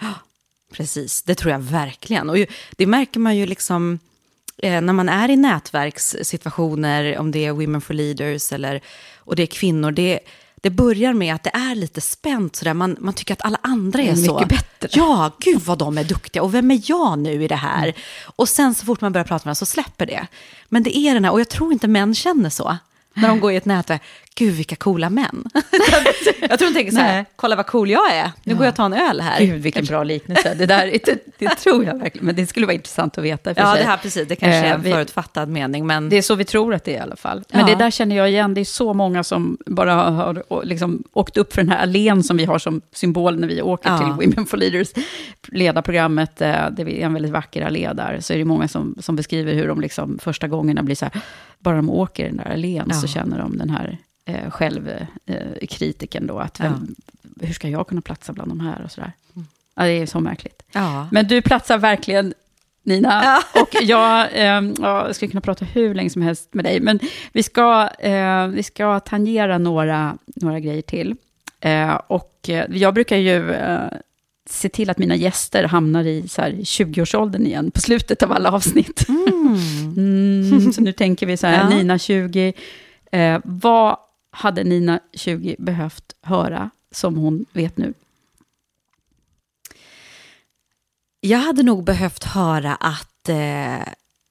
precis. Det tror jag verkligen. Och ju, det märker man ju liksom eh, när man är i nätverkssituationer, om det är Women for Leaders eller, och det är kvinnor, det, det börjar med att det är lite spänt sådär. Man, man tycker att alla andra är, är så. Mycket bättre. Ja, gud vad de är duktiga. Och vem är jag nu i det här? Mm. Och sen så fort man börjar prata med dem så släpper det. Men det är den här, och jag tror inte män känner så. När de går i ett nätverk, gud vilka coola män. Jag tror de tänker så här, kolla vad cool jag är. Nu ja. går jag och tar en öl här. Gud vilken bra liknelse. Det, där, det, det tror jag verkligen, men det skulle vara intressant att veta. Ja, sig. Det här precis, det kanske är en vi, förutfattad mening. Men... Det är så vi tror att det är i alla fall. Men ja. det där känner jag igen, det är så många som bara har liksom åkt upp för den här allén som vi har som symbol när vi åker ja. till Women for Leaders ledarprogrammet. Det är en väldigt vacker allé där. Så är det många som, som beskriver hur de liksom första gångerna blir så här, bara de åker den där allén ja. så känner de den här eh, självkritiken då, att vem, ja. hur ska jag kunna platsa bland de här och sådär. Mm. Ja, det är så märkligt. Ja. Men du platsar verkligen, Nina, ja. och jag, eh, ja, jag skulle kunna prata hur länge som helst med dig, men vi ska, eh, vi ska tangera några, några grejer till. Eh, och eh, jag brukar ju eh, se till att mina gäster hamnar i så här tjugo-årsåldern igen på slutet av alla avsnitt. Mm. Mm, så nu tänker vi så här, ja. Nina tjugo, eh, vad hade Nina tjugo behövt höra som hon vet nu? Jag hade nog behövt höra att, eh,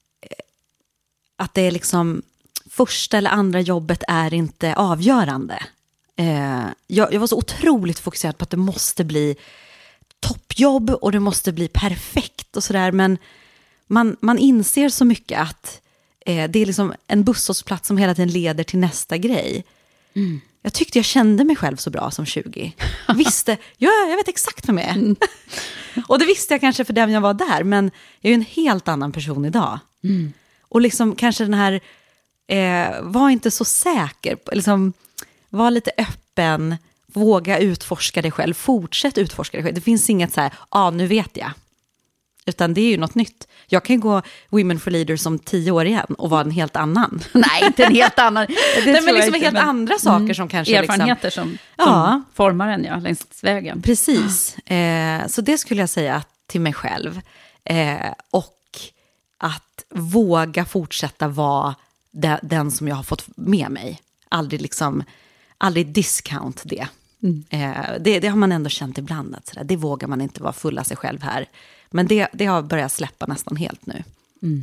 att det är liksom första eller andra jobbet är inte avgörande. Eh, jag, jag var så otroligt fokuserad på att det måste bli toppjobb och det måste bli perfekt och sådär, men man, man inser så mycket att eh, det är liksom en busshållplats som hela tiden leder till nästa grej. Mm. Jag tyckte jag kände mig själv så bra som tjugo. Visste, ja, jag vet exakt vem jag är. Mm. Och det visste jag kanske för den jag var där, men jag är en helt annan person idag. Mm. Och liksom kanske den här, eh, var inte så säker, liksom, var lite öppen, våga utforska dig själv, fortsätt utforska dig själv. Det finns inget så här, ja ah, nu vet jag. Utan det är ju något nytt. Jag kan gå Women for Leaders om tio år igen och vara en helt annan. Nej, inte en helt annan. Det Nej, men liksom helt men, andra saker mm, som kanske... Erfarenheter liksom, som, som ja. formar en, ja, längs vägen. Precis. Eh, så det skulle jag säga till mig själv. Eh, och att våga fortsätta vara de, den som jag har fått med mig. Aldrig liksom, aldrig discount det. Mm. Eh, det. Det har man ändå känt ibland. Att sådär, det vågar man inte vara full av sig själv här. Men det, det har börjat släppa nästan helt nu. Mm.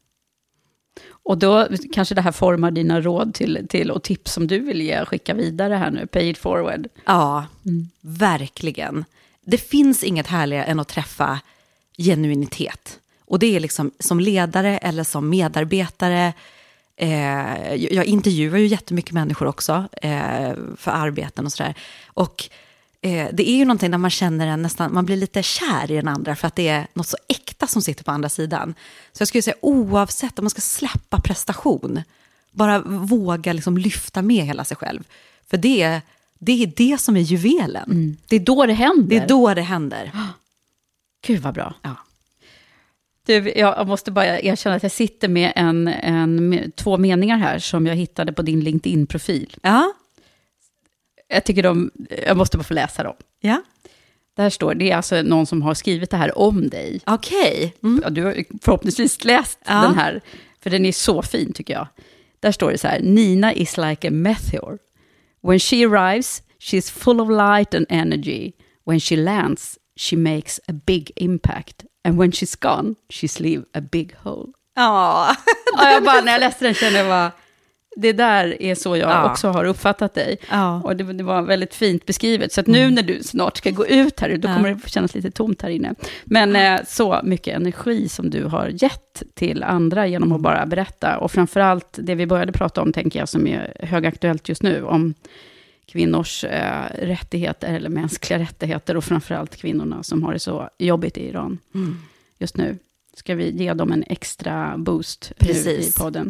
Och då kanske det här formar dina råd till, till och tips som du vill ge, skicka vidare här nu, pay it forward. Ja, mm. verkligen. Det finns inget härligare än att träffa genuinitet. Och det är liksom som ledare eller som medarbetare. Eh, jag intervjuar ju jättemycket människor också eh, för arbeten och sådär. Och eh, det är ju någonting där man känner en nästan, man blir lite kär i den andra för att det är något så äkta som sitter på andra sidan. Så jag skulle säga oavsett om man ska släppa prestation, bara våga liksom lyfta med hela sig själv. För det, det är det som är juvelen. Mm. Det är då det händer. Det är då det händer. Gud vad bra. Ja. Du, jag måste bara erkänna att jag sitter med en, en, två meningar här som jag hittade på din LinkedIn-profil. Ja. Jag tycker de, jag måste bara få läsa dem. Ja. Där står, det är alltså någon som har skrivit det här om dig. Okej. Okay. Mm. Ja, du har förhoppningsvis läst ja. den här, för den är så fin tycker jag. Där står det så här, Nina is like a meteor. When she arrives, she's full of light and energy. When she lands, she makes a big impact. And when she's gone, she's leave a big hole. Ja. Ja, jag bara, när jag läste den kände jag bara, det där är så jag ja. också har uppfattat dig. Ja. Och det, det var väldigt fint beskrivet. Så att nu mm. när du snart ska gå ut här, då kommer ja. det kännas lite tomt här inne. Men ja. eh, så mycket energi som du har gett till andra genom att bara berätta. Och framförallt det vi började prata om, tänker jag, som är högaktuellt just nu, om kvinnors eh, rättigheter eller mänskliga rättigheter och framförallt kvinnorna som har det så jobbigt i Iran mm. just nu. Ska vi ge dem en extra boost nu i podden.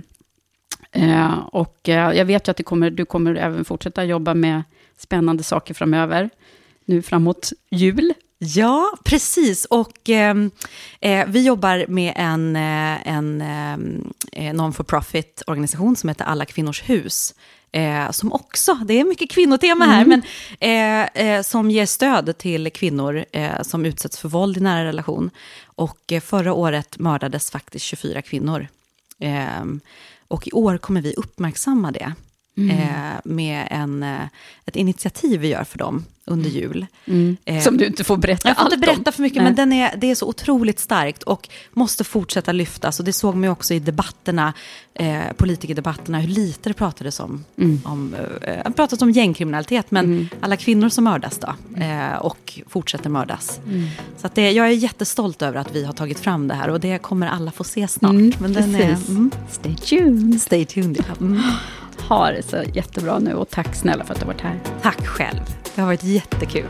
Eh, och eh, jag vet ju att det kommer, du kommer även fortsätta jobba med spännande saker framöver. Nu framåt jul. Ja, precis. Och eh, eh, vi jobbar med en, en eh, non-for-profit organisation som heter Alla kvinnors hus. Eh, som också, det är mycket kvinnotema här, mm. men eh, eh, som ger stöd till kvinnor eh, som utsätts för våld i nära relation. Och eh, förra året mördades faktiskt tjugofyra kvinnor. Eh, och i år kommer vi uppmärksamma det. mm. eh, med en, eh, ett initiativ vi gör för dem under jul. Mm. Eh, Som du inte får berätta Jag får allt inte berätta om. för mycket, Nej. men den är, det är så otroligt starkt och måste fortsätta lyftas. Och det såg man ju också i debatterna, eh, politikerdebatterna, hur lite det pratades om. Mm. om eh, pratades om gängkriminalitet, men mm. alla kvinnor som mördas då, eh, och fortsätter mördas. Mm. Så att det, jag är jättestolt över att vi har tagit fram det här, och det kommer alla få se snart. Mm, men den är, mm. Stay tuned. Stay tuned, ja. Mm. Ha det så jättebra nu, och tack snälla för att du har varit här. Tack själv. Det har varit jättekul.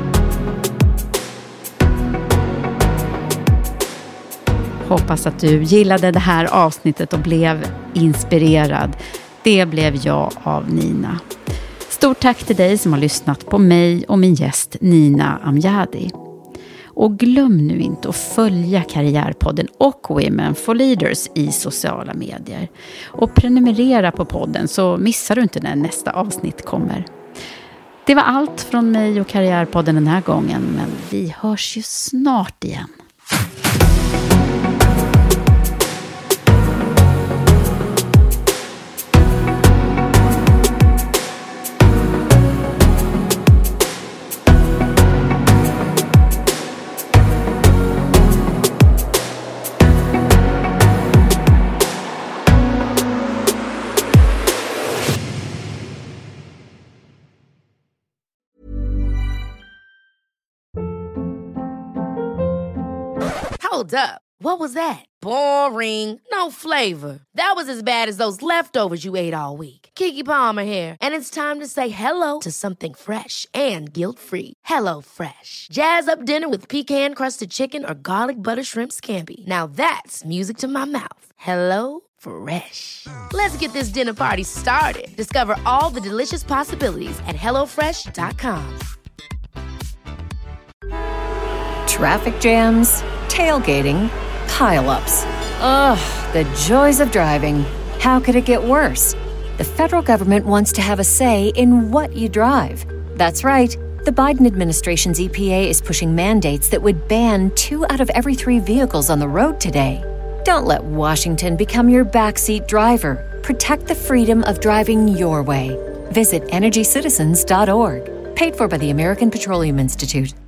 Hoppas att du gillade det här avsnittet och blev inspirerad. Det blev jag av Nina. Stort tack till dig som har lyssnat på mig och min gäst Nina Amjadi. Och glöm nu inte att följa Karriärpodden och Women for Leaders i sociala medier. Och prenumerera på podden så missar du inte när nästa avsnitt kommer. Det var allt från mig och Karriärpodden den här gången, men vi hörs ju snart igen. Hold up. What was that? Boring. No flavor. That was as bad as those leftovers you ate all week. Keke Palmer here, and it's time to say hello to something fresh and guilt-free. Hello Fresh. Jazz up dinner with pecan-crusted chicken or garlic butter shrimp scampi. Now that's music to my mouth. Hello Fresh. Let's get this dinner party started. Discover all the delicious possibilities at hello fresh dot com. Traffic jams, tailgating, pile-ups. Ugh, the joys of driving. How could it get worse? The federal government wants to have a say in what you drive. That's right. The Biden administration's E P A is pushing mandates that would ban two out of every three vehicles on the road today. Don't let Washington become your backseat driver. Protect the freedom of driving your way. Visit energy citizens dot org. Paid for by the American Petroleum Institute.